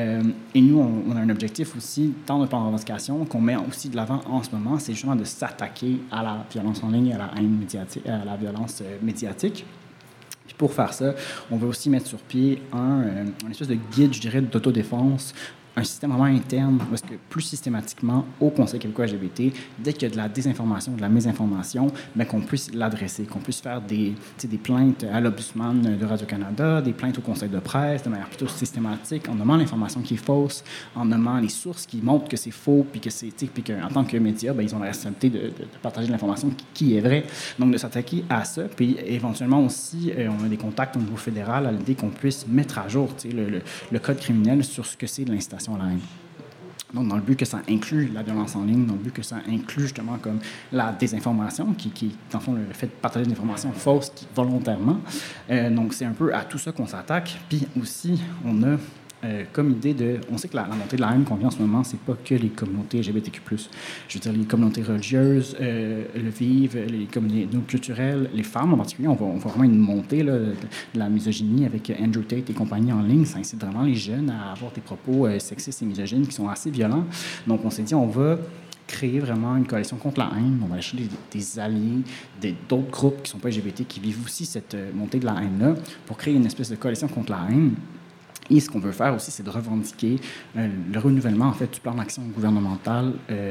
Speaker 3: Et nous, on a un objectif aussi, dans notre plan de revendication, qu'on met aussi de l'avant en ce moment, c'est justement de s'attaquer à la violence en ligne, à la haine médiatique, à la violence médiatique. Puis pour faire ça, on veut aussi mettre sur pied une espèce de guide, je dirais, d'autodéfense, un système vraiment interne, parce que plus systématiquement, au Conseil québécois LGBT, dès qu'il y a de la désinformation, de la mésinformation, qu'on puisse l'adresser, qu'on puisse faire des plaintes à l'Ombudsman de Radio-Canada, des plaintes au Conseil de presse de manière plutôt systématique, en nommant l'information qui est fausse, en nommant les sources qui montrent que c'est faux, puis qu'en tant que médias, ils ont la responsabilité de partager l'information qui est vraie. Donc, de s'attaquer à ça, puis éventuellement aussi, on a des contacts au niveau fédéral à l'idée qu'on puisse mettre à jour le code criminel sur ce que c'est de l'incitation à la haine. Donc, dans le but que ça inclut la violence en ligne, dans le but que ça inclut justement comme la désinformation, qui dans le fond, le fait de partager des informations fausses volontairement. Donc, c'est un peu à tout ça qu'on s'attaque. Puis aussi, on a comme idée de... On sait que la montée de la haine qu'on vit en ce moment, c'est pas que les communautés LGBTQ+. Je veux dire, les communautés religieuses, le vivre, les communautés culturelles, les femmes en particulier, on voit vraiment une montée là, de la misogynie avec Andrew Tate et compagnie en ligne. Ça incite vraiment les jeunes à avoir des propos sexistes et misogynes qui sont assez violents. Donc, on s'est dit, on va créer vraiment une coalition contre la haine. On va acheter des alliés, d'autres groupes qui ne sont pas LGBT, qui vivent aussi cette montée de la haine-là, pour créer une espèce de coalition contre la haine. Et ce qu'on veut faire aussi, c'est de revendiquer le renouvellement en fait, du plan d'action gouvernemental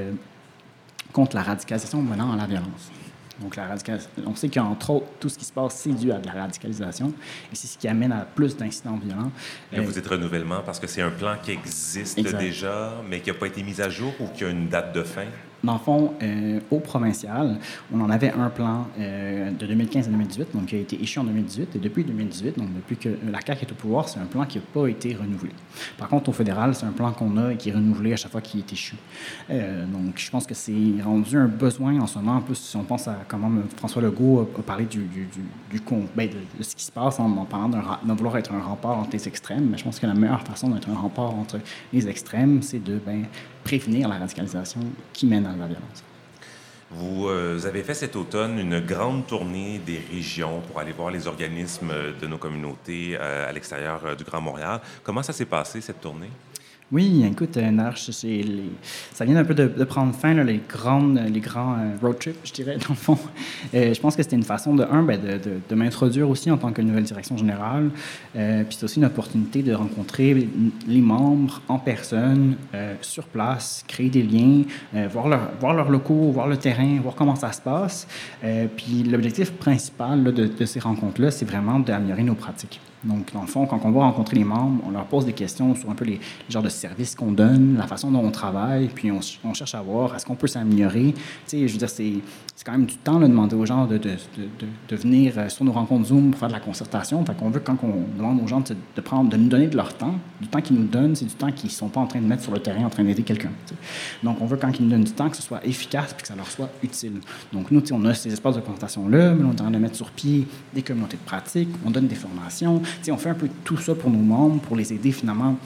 Speaker 3: contre la radicalisation menant à la violence. Donc, on sait qu'entre autres, tout ce qui se passe, c'est dû à de la radicalisation. Et c'est ce qui amène à plus d'incidents violents.
Speaker 1: Et vous dites renouvellement parce que c'est un plan qui existe déjà, mais qui n'a pas été mis à jour ou qui a une date de fin?
Speaker 3: Dans le fond, au provincial, on en avait un plan de 2015 à 2018, donc qui a été échu en 2018. Et depuis 2018, donc depuis que la CAQ est au pouvoir, c'est un plan qui n'a pas été renouvelé. Par contre, au fédéral, c'est un plan qu'on a et qui est renouvelé à chaque fois qu'il est échu. Donc, je pense que c'est rendu un besoin en ce moment. En plus, si on pense à comment François Legault a parlé de ce qui se passe en parlant de vouloir être un rempart entre les extrêmes, mais je pense que la meilleure façon d'être un rempart entre les extrêmes, c'est de prévenir la radicalisation qui mène à la violence.
Speaker 1: Vous avez fait cet automne une grande tournée des régions pour aller voir les organismes de nos communautés à l'extérieur du Grand Montréal. Comment ça s'est passé, cette tournée?
Speaker 3: Oui, écoute, Narche, ça vient un peu de prendre fin, là, les grands road trips, je dirais, dans le fond. Je pense que c'était une façon, de m'introduire aussi en tant que nouvelle direction générale. Puis c'est aussi une opportunité de rencontrer les membres en personne, sur place, créer des liens, voir leurs locaux, voir le terrain, voir comment ça se passe. Puis l'objectif principal là, de ces rencontres-là, c'est vraiment d'améliorer nos pratiques. Donc, dans le fond, quand on va rencontrer les membres, on leur pose des questions sur un peu les genres de services qu'on donne, la façon dont on travaille, puis on cherche à voir est-ce qu'on peut s'améliorer. Tu sais, je veux dire, c'est quand même du temps de demander aux gens de venir sur nos rencontres Zoom pour faire de la concertation. Fait qu'on veut, quand on demande aux gens de nous donner de leur temps, du temps qu'ils nous donnent, c'est du temps qu'ils ne sont pas en train de mettre sur le terrain en train d'aider quelqu'un. T'sais. Donc, on veut, quand ils nous donnent du temps, que ce soit efficace puis que ça leur soit utile. Donc, nous, on a ces espaces de concertation-là, mais on est en train de mettre sur pied des communautés de pratique, on donne des formations. T'sais, on fait un peu tout ça pour nos membres, pour les aider finalement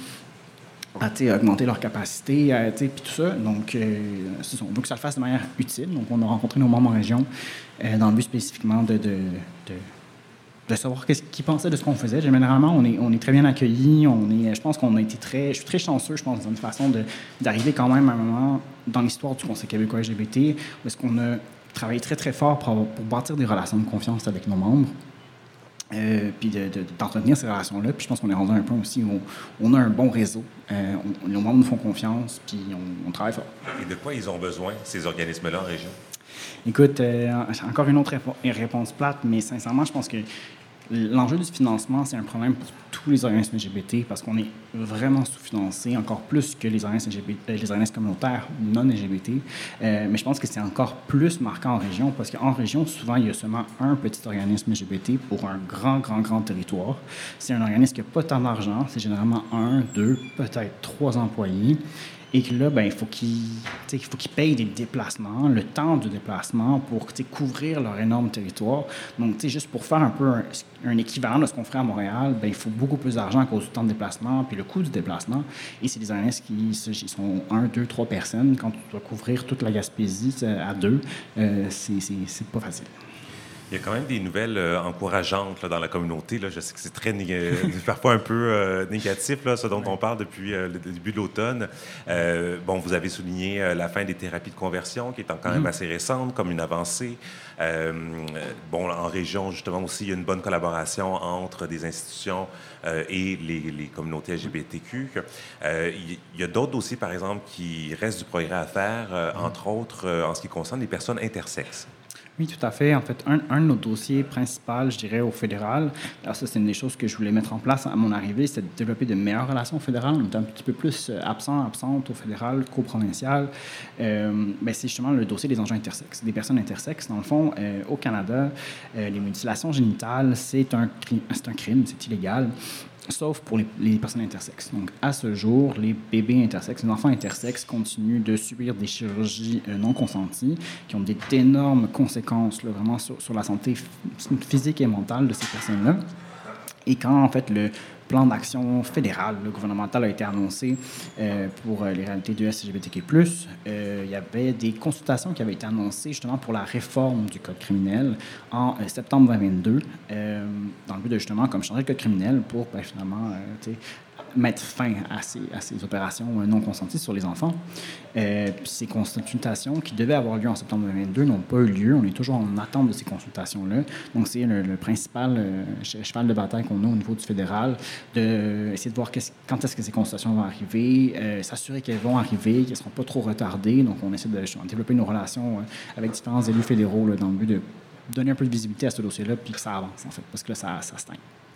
Speaker 3: à augmenter leur capacité, puis tout ça. Donc, on veut que ça le fasse de manière utile. Donc, on a rencontré nos membres en région dans le but spécifiquement de savoir qu'est-ce qu'ils pensaient de ce qu'on faisait. Généralement, on est très bien accueillis. Je pense qu'on a été je suis très chanceux, je pense, dans une façon d'arriver quand même à un moment dans l'histoire du Conseil québécois LGBT où est-ce qu'on a travaillé très, très fort pour bâtir des relations de confiance avec nos membres. Puis d'entretenir ces relations-là. Puis je pense qu'on est rendu à un point aussi où on a un bon réseau. Nos membres nous font confiance, puis on travaille fort.
Speaker 1: Et de quoi ils ont besoin, ces organismes-là en région?
Speaker 3: Écoute, encore une autre réponse plate, mais sincèrement, je pense que l'enjeu du financement, c'est un problème pour tous les organismes LGBT parce qu'on est vraiment sous-financé, encore plus que les organismes communautaires non LGBT. Mais je pense que c'est encore plus marquant en région parce qu'en région, souvent, il y a seulement un petit organisme LGBT pour un grand territoire. C'est un organisme qui n'a pas tant d'argent. C'est généralement 1, 2, peut-être 3 employés. Et que là, il faut qu'ils payent des déplacements, le temps du déplacement pour couvrir leur énorme territoire. Donc, juste pour faire un peu un équivalent de ce qu'on ferait à Montréal, il faut beaucoup plus d'argent à cause du temps de déplacement puis le coût du déplacement. Et c'est des organismes qui sont 1, 2, 3 personnes. Quand tu dois couvrir toute la Gaspésie à 2, c'est pas facile.
Speaker 1: Il y a quand même des nouvelles encourageantes là, dans la communauté. Là. Je sais que c'est très parfois un peu négatif, là, ce dont on parle depuis le début de l'automne. Vous avez souligné la fin des thérapies de conversion, qui est quand même assez récente, comme une avancée. En région, justement, aussi, il y a une bonne collaboration entre des institutions et les communautés LGBTQ. Il y a d'autres dossiers, par exemple, qui restent du progrès à faire, entre autres en ce qui concerne les personnes intersexes.
Speaker 3: Oui, tout à fait. En fait, un de nos dossiers principaux, je dirais, au fédéral, alors ça, c'est une des choses que je voulais mettre en place à mon arrivée, c'est de développer de meilleures relations au fédéral. On est un petit peu plus absente au fédéral qu'au provincial. C'est justement le dossier des enjeux intersexes, des personnes intersexes. Dans le fond, au Canada, les mutilations génitales, c'est un crime, c'est illégal. sauf pour les personnes intersexes. Donc, à ce jour, les bébés intersexes, les enfants intersexes continuent de subir des chirurgies non consenties qui ont d'énormes conséquences là, vraiment sur la santé physique et mentale de ces personnes-là. Et quand, en fait, le plan d'action fédéral, gouvernemental a été annoncé pour les réalités de LGBTQ+, il y avait des consultations qui avaient été annoncées justement pour la réforme du Code criminel en septembre 2022, dans le but de justement comme changer le Code criminel pour finalement mettre fin à ces opérations non consenties sur les enfants. Puis ces consultations qui devaient avoir lieu en septembre 2022 n'ont pas eu lieu. On est toujours en attente de ces consultations-là. Donc, c'est le principal cheval de bataille qu'on a au niveau du fédéral, d'essayer de voir quand est-ce que ces consultations vont arriver, s'assurer qu'elles vont arriver, qu'elles ne seront pas trop retardées. Donc, on essaie de développer nos relations avec différents élus fédéraux là, dans le but de donner un peu de visibilité à ce dossier-là puis que ça avance, en fait, parce que là, ça stagne.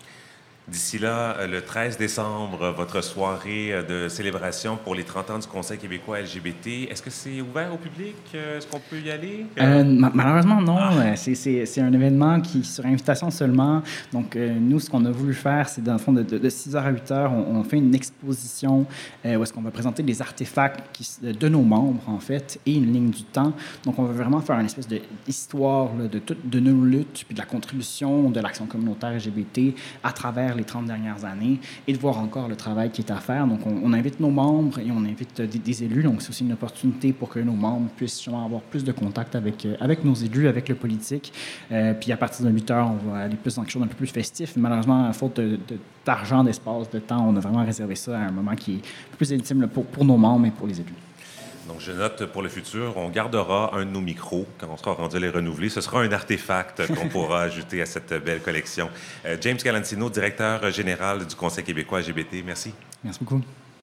Speaker 1: D'ici là, le 13 décembre, votre soirée de célébration pour les 30 ans du Conseil québécois LGBT, est-ce que c'est ouvert au public? Est-ce qu'on peut y aller?
Speaker 3: Malheureusement, non. C'est un événement qui sur invitation seulement. Donc, nous, ce qu'on a voulu faire, c'est dans le fond, de 6h à 8h, on fait une exposition où est-ce qu'on va présenter des artefacts de nos membres, en fait, et une ligne du temps. Donc, on veut vraiment faire une espèce d'histoire de nos luttes puis de la contribution de l'action communautaire LGBT à travers les 30 dernières années et de voir encore le travail qui est à faire. Donc, on invite nos membres et on invite des élus. Donc, c'est aussi une opportunité pour que nos membres puissent justement avoir plus de contact avec nos élus, avec le politique. Puis, à partir de 8 heures, on va aller plus dans quelque chose d'un peu plus festif. Malheureusement, à faute d'argent, d'espace, de temps, on a vraiment réservé ça à un moment qui est plus intime pour nos membres et pour les élus.
Speaker 1: Donc, je note pour le futur, on gardera un de nos micros quand on sera rendu à les renouveler. Ce sera un artefact qu'on pourra ajouter à cette belle collection. James Galantino, directeur général du Conseil québécois LGBT, merci.
Speaker 3: Merci beaucoup.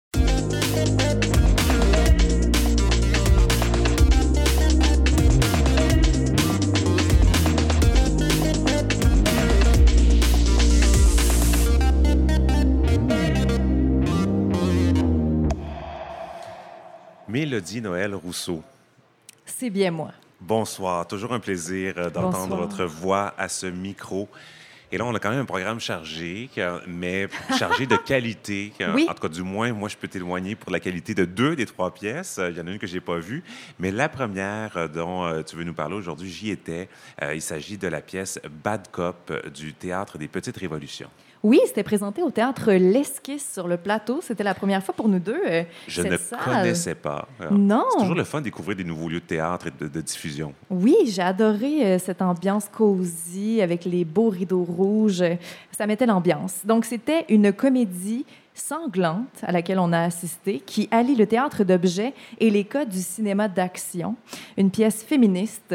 Speaker 1: Mélodie Noël Rousseau.
Speaker 4: C'est bien moi.
Speaker 1: Bonsoir. Toujours un plaisir d'entendre
Speaker 4: Bonsoir.
Speaker 1: votre voix à ce micro. Et là, on a quand même un programme chargé, mais chargé de qualité.
Speaker 4: Oui.
Speaker 1: En tout cas, du moins, moi, je peux témoigner pour la qualité de 2 des 3 pièces. Il y en a une que je n'ai pas vue. Mais la première dont tu veux nous parler aujourd'hui, j'y étais. Il s'agit de la pièce Bad Cop du Théâtre des Petites Révolutions.
Speaker 4: Oui, c'était présenté au Théâtre L'Esquisse sur le plateau. C'était la première fois pour nous deux.
Speaker 1: Je ne connaissais pas.
Speaker 4: Non.
Speaker 1: C'est toujours le fun de découvrir des nouveaux lieux de théâtre et de diffusion.
Speaker 4: Oui, j'ai adoré cette ambiance cosy avec les beaux rideaux rouges. Ça mettait l'ambiance. Donc, c'était une comédie sanglante à laquelle on a assisté, qui allie le théâtre d'objets et les codes du cinéma d'action. Une pièce féministe.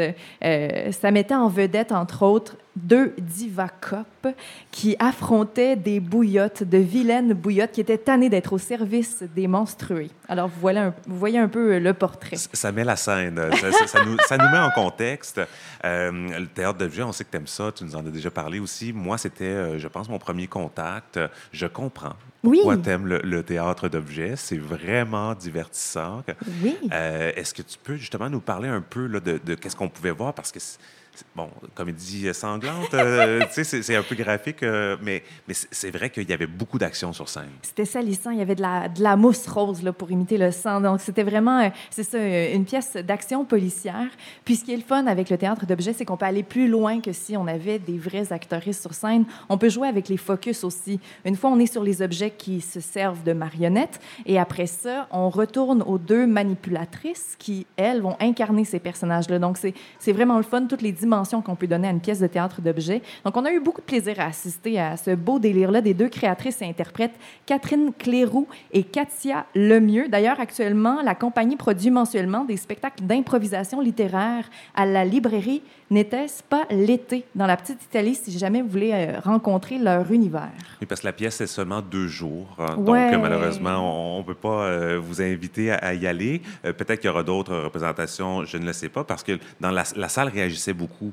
Speaker 4: Ça mettait en vedette, entre autres, 2 divas cop qui affrontaient des bouillottes, de vilaines bouillottes qui étaient tannées d'être au service des menstrués. Alors, vous voyez un peu le portrait.
Speaker 1: Ça met la scène. Ça nous met en contexte. Le théâtre d'objets, on sait que tu aimes ça. Tu nous en as déjà parlé aussi. Moi, c'était, je pense, mon premier contact. Je comprends pourquoi tu aimes le théâtre d'objets. C'est vraiment divertissant.
Speaker 4: Oui.
Speaker 1: Est-ce que tu peux justement nous parler un peu là, de qu'est-ce qu'on pouvait voir? Parce que bon, comédie sanglante, c'est un peu graphique, mais c'est vrai qu'il y avait beaucoup d'action sur scène.
Speaker 4: C'était salissant. Il y avait de la mousse rose là, pour imiter le sang. Donc, c'était vraiment, c'est ça, une pièce d'action policière. Puis, ce qui est le fun avec le théâtre d'objets, c'est qu'on peut aller plus loin que si on avait des vrais actrices sur scène. On peut jouer avec les focus aussi. Une fois, on est sur les objets qui se servent de marionnettes. Et après ça, on retourne aux 2 manipulatrices qui, elles, vont incarner ces personnages-là. Donc, c'est vraiment le fun, toutes les dimensions qu'on peut donner à une pièce de théâtre d'objets. Donc, on a eu beaucoup de plaisir à assister à ce beau délire-là des 2 créatrices et interprètes, Catherine Cléroux et Katia Lemieux. D'ailleurs, actuellement, la compagnie produit mensuellement des spectacles d'improvisation littéraire à la librairie N'était-ce pas l'été, dans la petite Italie, si jamais vous voulez rencontrer leur univers.
Speaker 1: Oui, parce que la pièce est seulement 2 jours.
Speaker 4: Ouais.
Speaker 1: Donc, malheureusement, on ne peut pas vous inviter à y aller. Peut-être qu'il y aura d'autres représentations, je ne le sais pas, parce que dans la salle réagissait beaucoup.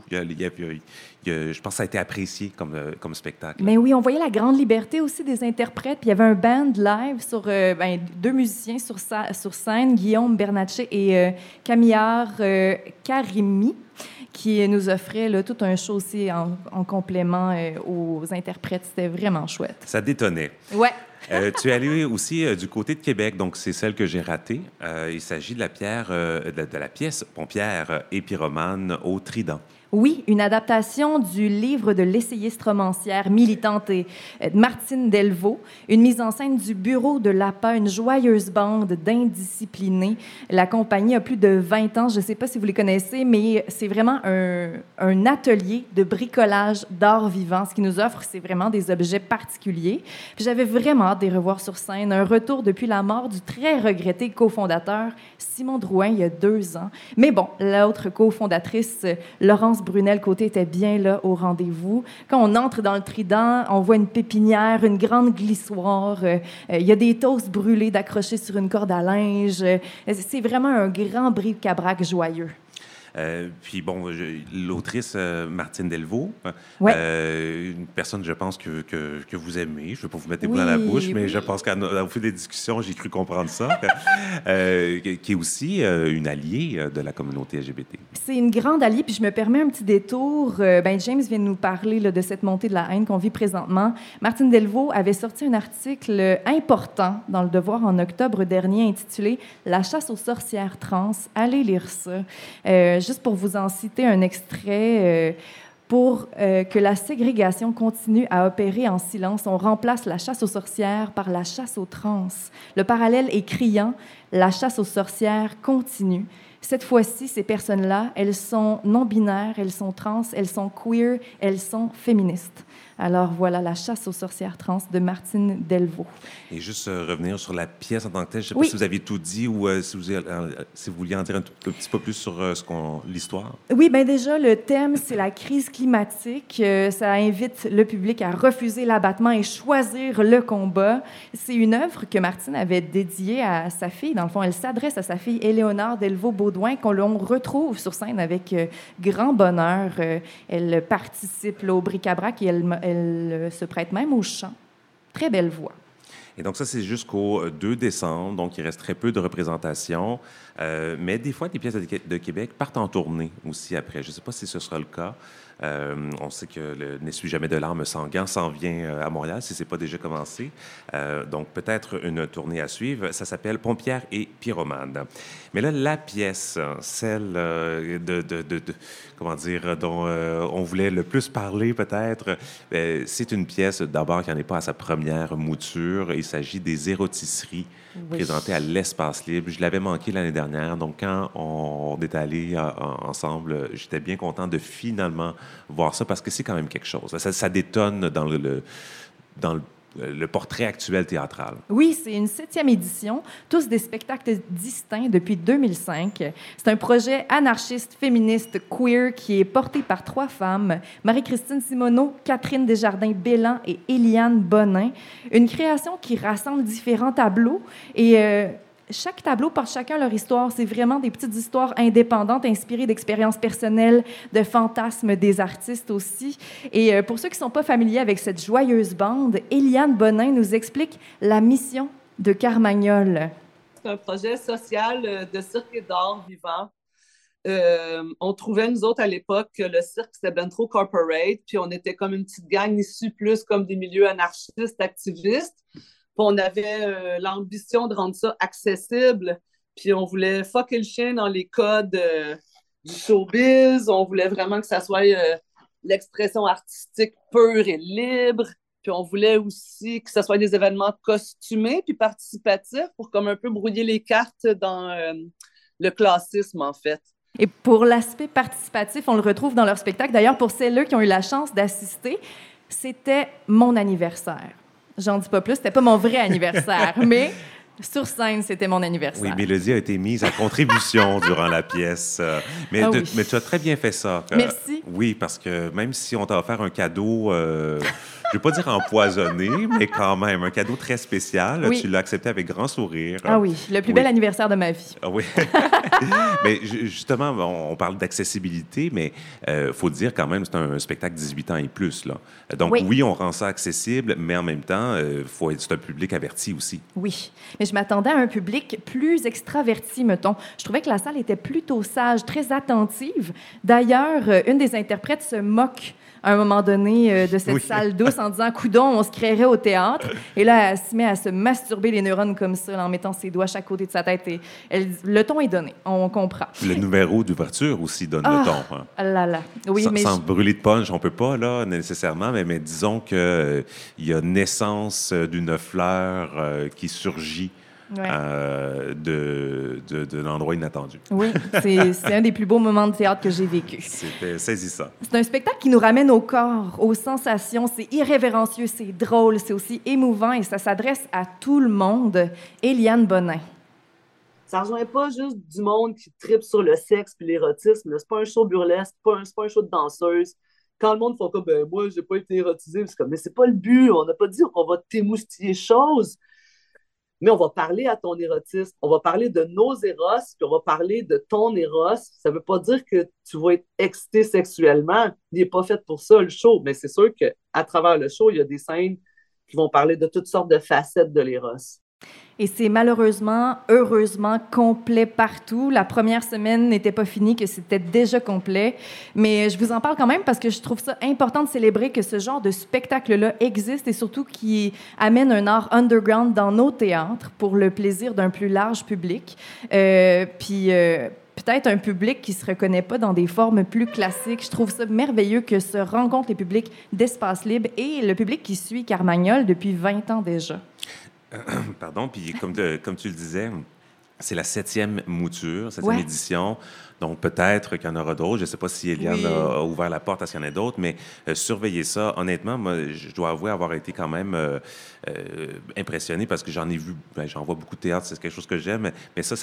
Speaker 1: Je pense que ça a été apprécié comme spectacle.
Speaker 4: Mais oui, on voyait la grande liberté aussi des interprètes. Puis il y avait un band live sur 2 musiciens sur scène, Guillaume Bernatchez et Camillard Karimi, qui nous offrait là, tout un show aussi en complément aux interprètes. C'était vraiment chouette.
Speaker 1: Ça détonnait.
Speaker 4: Ouais.
Speaker 1: Tu es allé aussi du côté de Québec, donc c'est celle que j'ai ratée. Il s'agit de la pièce Pompière et pyromane au Trident.
Speaker 4: Oui, une adaptation du livre de l'essayiste romancière militante Martine Delvaux, une mise en scène du bureau de l'APA, une joyeuse bande d'indisciplinés. La compagnie a plus de 20 ans, je ne sais pas si vous les connaissez, mais c'est vraiment un atelier de bricolage d'art vivant. Ce qu'ils nous offrent, c'est vraiment des objets particuliers. Puis j'avais vraiment hâte de les revoir sur scène. Un retour depuis la mort du très regretté cofondateur Simon Drouin il y a 2 ans. Mais bon, l'autre cofondatrice, Laurence Brunel-Côté, était bien là au rendez-vous. Quand on entre dans le Trident, on voit une pépinière, une grande glissoire. Il y a des toasts brûlés d'accrocher sur une corde à linge. C'est vraiment un grand bric-à-brac joyeux.
Speaker 1: Puis bon, l'autrice Martine Delvaux, une personne, je pense, que vous aimez. Je ne veux pas vous mettre des mots dans la bouche, mais je pense qu'au fil des discussions, j'ai cru comprendre ça, qui est aussi une alliée de la communauté LGBT.
Speaker 4: C'est une grande alliée, puis je me permets un petit détour. James vient de nous parler là, de cette montée de la haine qu'on vit présentement. Martine Delvaux avait sorti un article important dans Le Devoir en octobre dernier intitulé « La chasse aux sorcières trans ». Allez lire ça. Juste pour vous en citer un extrait, pour que la ségrégation continue à opérer en silence, on remplace la chasse aux sorcières par la chasse aux trans. Le parallèle est criant, la chasse aux sorcières continue. Cette fois-ci, ces personnes-là, elles sont non-binaires, elles sont trans, elles sont queer, elles sont féministes. Alors voilà, La chasse aux sorcières trans de Martine Delvaux.
Speaker 1: Et juste revenir sur la pièce en tant que telle, je ne sais pas si vous avez tout dit ou si vous vouliez en dire un petit peu plus sur l'histoire.
Speaker 4: Oui, bien déjà, le thème, c'est la crise climatique. Ça invite le public à refuser l'abattement et choisir le combat. C'est une œuvre que Martine avait dédiée à sa fille. Dans le fond, elle s'adresse à sa fille Éléonore Delvaux-Baudouin, qu'on retrouve sur scène avec grand bonheur. Elle participe là, au bric-à-brac et elle se prête même au chant. Très belle voix.
Speaker 1: Et donc, ça, c'est jusqu'au 2 décembre. Donc, il reste très peu de représentation. Mais des fois, les pièces de Québec partent en tournée aussi après. Je ne sais pas si ce sera le cas. On sait que le N'essuie jamais de larmes sans gants s'en vient à Montréal, si ce n'est pas déjà commencé. Donc, peut-être une tournée à suivre. Ça s'appelle Pompière et pyromane. Mais là, la pièce, celle comment dire, dont on voulait le plus parler, peut-être, c'est une pièce, d'abord, qui n'en est pas à sa première mouture. Il s'agit des érotisseries présentées à l'Espace Libre. Je l'avais manqué l'année dernière. Donc, quand on est allés ensemble, j'étais bien content de finalement voir ça parce que c'est quand même quelque chose. Ça détonne dans le portrait actuel théâtral.
Speaker 4: Oui, c'est une 7e édition, tous des spectacles distincts depuis 2005. C'est un projet anarchiste, féministe, queer qui est porté par 3 femmes, Marie-Christine Simoneau, Catherine Desjardins-Bellan et Éliane Bonin. Une création qui rassemble différents tableaux et chaque tableau porte chacun leur histoire. C'est vraiment des petites histoires indépendantes, inspirées d'expériences personnelles, de fantasmes des artistes aussi. Et pour ceux qui ne sont pas familiers avec cette joyeuse bande, Éliane Bonin nous explique la mission de Carmagnole.
Speaker 5: C'est un projet social de cirque et d'art vivant. On trouvait, nous autres, à l'époque, que le cirque, c'était bien trop corporate, puis on était comme une petite gang issue plus comme des milieux anarchistes, activistes. Puis on avait l'ambition de rendre ça accessible. Puis on voulait fucker le chien dans les codes du showbiz. On voulait vraiment que ça soit l'expression artistique pure et libre. Puis on voulait aussi que ça soit des événements costumés puis participatifs pour comme un peu brouiller les cartes dans le classisme, en fait.
Speaker 4: Et pour l'aspect participatif, on le retrouve dans leur spectacle. D'ailleurs, pour celles-là qui ont eu la chance d'assister, c'était mon anniversaire. J'en dis pas plus, c'était pas mon vrai anniversaire, mais sur scène, c'était mon anniversaire.
Speaker 1: Oui, Mélodie a été mise à contribution durant la pièce. Mais tu as très bien fait ça.
Speaker 4: Merci.
Speaker 1: Oui, parce que même si on t'a offert un cadeau, je ne vais pas dire empoisonné, mais quand même, un cadeau très spécial,
Speaker 4: Oui.
Speaker 1: tu l'as accepté avec grand sourire.
Speaker 4: Ah oui, le plus bel anniversaire de ma vie.
Speaker 1: Ah oui. Mais justement, on parle d'accessibilité, mais il faut dire quand même, c'est un spectacle 18 ans et plus. Là. Donc oui, on rend ça accessible, mais en même temps, c'est un public averti aussi.
Speaker 4: Oui, mais je m'attendais à un public plus extraverti, mettons. Je trouvais que la salle était plutôt sage, très attentive. D'ailleurs, une des interprètes se moque à un moment donné de cette salle douce en disant « Coudon, on se créerait au théâtre ». Et là, elle se met à se masturber les neurones comme ça, là, en mettant ses doigts à chaque côté de sa tête. Et le ton est donné, on comprend.
Speaker 1: Le numéro d'ouverture aussi donne le ton. Hein.
Speaker 4: Là là. Oui,
Speaker 1: sans brûler de punch, on ne peut pas, là, nécessairement, mais disons qu'il y a naissance d'une fleur qui surgit de l'endroit inattendu.
Speaker 4: Oui, c'est un des plus beaux moments de théâtre que j'ai vécu.
Speaker 1: C'était saisissant.
Speaker 4: C'est un spectacle qui nous ramène au corps, aux sensations. C'est irrévérencieux, c'est drôle, c'est aussi émouvant et ça s'adresse à tout le monde. Éliane Bonin.
Speaker 5: Ça ne rejoint pas juste du monde qui tripe sur le sexe et l'érotisme. C'est pas un show burlesque, c'est pas un show de danseuse. Quand le monde fait comme « moi, j'ai pas été érotisé », c'est comme « mais c'est pas le but, on n'a pas dit qu'on va t'émoustiller chose ». Mais on va parler à ton érotisme, on va parler de nos éros, puis on va parler de ton éros. Ça ne veut pas dire que tu vas être excité sexuellement. Il n'est pas fait pour ça, le show. Mais c'est sûr qu'à travers le show, il y a des scènes qui vont parler de toutes sortes de facettes de l'éros.
Speaker 4: Et c'est malheureusement, heureusement, complet partout. La première semaine n'était pas finie, que c'était déjà complet. Mais je vous en parle quand même parce que je trouve ça important de célébrer que ce genre de spectacle-là existe et surtout qui amène un art underground dans nos théâtres pour le plaisir d'un plus large public. Peut-être un public qui ne se reconnaît pas dans des formes plus classiques. Je trouve ça merveilleux que se rencontrent les publics d'Espace Libre et le public qui suit Carmagnole depuis 20 ans déjà.
Speaker 1: Pardon, puis comme tu le disais, c'est la 7e mouture, 7e édition. Donc, peut-être qu'il y en aura d'autres. Je ne sais pas si Éliane a ouvert la porte à ce qu'il y en ait d'autres, mais surveillez ça. Honnêtement, moi, je dois avouer avoir été quand même impressionné parce que j'en ai vu, j'en vois beaucoup de théâtre, c'est quelque chose que j'aime, mais ça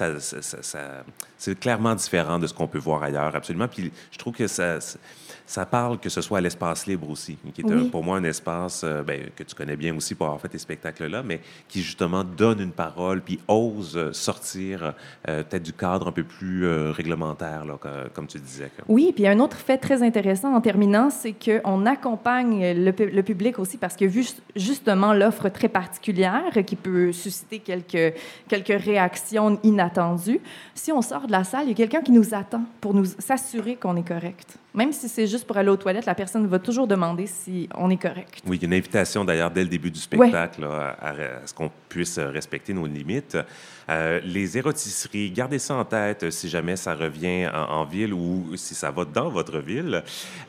Speaker 1: c'est clairement différent de ce qu'on peut voir ailleurs, absolument. Puis je trouve que ça parle que ce soit à l'Espace Libre aussi, qui est pour moi un espace que tu connais bien aussi pour avoir fait tes spectacles-là, mais qui justement donne une parole puis ose sortir peut-être du cadre un peu plus réglementaire, là, comme tu disais.
Speaker 4: Oui, puis un autre fait très intéressant en terminant, c'est qu'on accompagne le public aussi parce que vu justement l'offre très particulière qui peut susciter quelques réactions inattendues, si on sort de la salle, il y a quelqu'un qui nous attend pour nous s'assurer qu'on est correct. Même si c'est juste pour aller aux toilettes, la personne va toujours demander si on est correct.
Speaker 1: Oui, il y a une invitation d'ailleurs dès le début du spectacle là, à ce qu'on puisse respecter nos limites. Les érotisseries, gardez ça en tête si jamais ça revient en ville ou si ça va dans votre ville.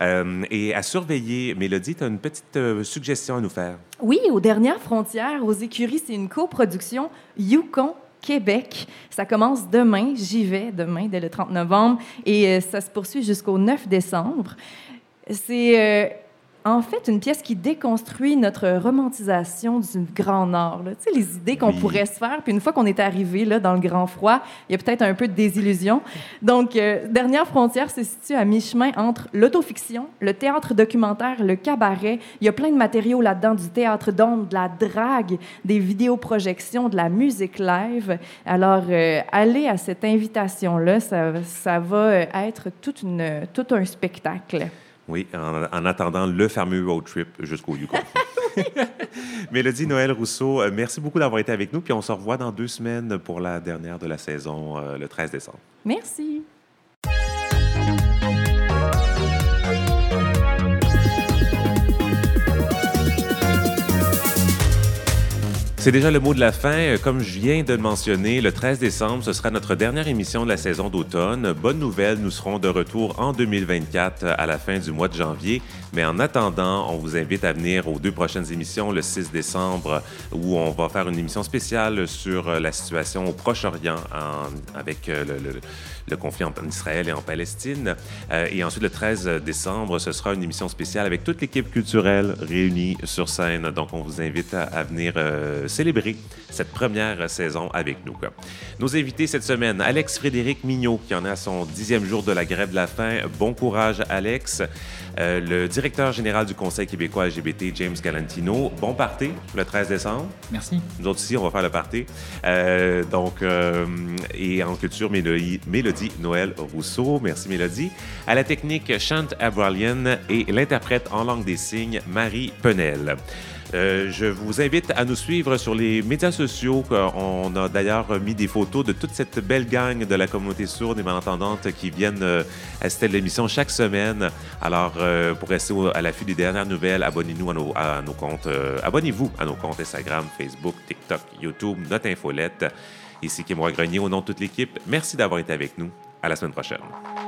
Speaker 1: Et à surveiller, Mélodie, tu as une petite suggestion à nous faire.
Speaker 4: Oui, aux Dernières Frontières, aux Écuries, c'est une coproduction Yukon Québec. Ça commence demain. J'y vais demain, dès le 30 novembre. Et ça se poursuit jusqu'au 9 décembre. C'est en fait une pièce qui déconstruit notre romantisation du Grand Nord. Là. Tu sais, les idées qu'on pourrait se faire. Puis une fois qu'on est arrivé là, dans le grand froid, il y a peut-être un peu de désillusion. Donc, Dernières Frontières se situe à mi-chemin entre l'autofiction, le théâtre documentaire, le cabaret. Il y a plein de matériaux là-dedans, du théâtre d'ombre, de la drague, des vidéoprojections, de la musique live. Alors, allez à cette invitation-là. Ça va être tout un spectacle.
Speaker 1: Oui, en attendant le fameux road trip jusqu'au Yukon. Mélodie Noël Rousseau, merci beaucoup d'avoir été avec nous. Puis on se revoit dans 2 semaines pour la dernière de la saison, le 13 décembre.
Speaker 4: Merci.
Speaker 1: C'est déjà le mot de la fin. Comme je viens de le mentionner, le 13 décembre, ce sera notre dernière émission de la saison d'automne. Bonne nouvelle, nous serons de retour en 2024 à la fin du mois de janvier. Mais en attendant, on vous invite à venir aux 2 prochaines émissions, le 6 décembre, où on va faire une émission spéciale sur la situation au Proche-Orient avec le conflit en Israël et en Palestine. Et ensuite, le 13 décembre, ce sera une émission spéciale avec toute l'équipe culturelle réunie sur scène. Donc, on vous invite à venir célébrer cette première saison avec nous. Nos invités cette semaine, Alex Frédéric Mignot, qui en est à son 10e jour de la grève de la faim. Bon courage, Alex. Le directeur général du Conseil québécois LGBT, James Galantino. Bon party, le 13 décembre.
Speaker 3: Merci.
Speaker 1: Nous autres ici, on va faire le party. Et en culture, Mélodie Noël Rousseau. Merci, Mélodie. À la technique, Chant Abralian et l'interprète en langue des signes, Marie Penel. Je vous invite à nous suivre sur les médias sociaux. On a d'ailleurs mis des photos de toute cette belle gang de la communauté sourde et malentendantes qui viennent assister à l'émission chaque semaine. Alors, pour rester à l'affût des dernières nouvelles, abonnez-vous à nos comptes Instagram, Facebook, TikTok, YouTube, notre infolette. Ici Kim Roy-Grenier, au nom de toute l'équipe. Merci d'avoir été avec nous. À la semaine prochaine.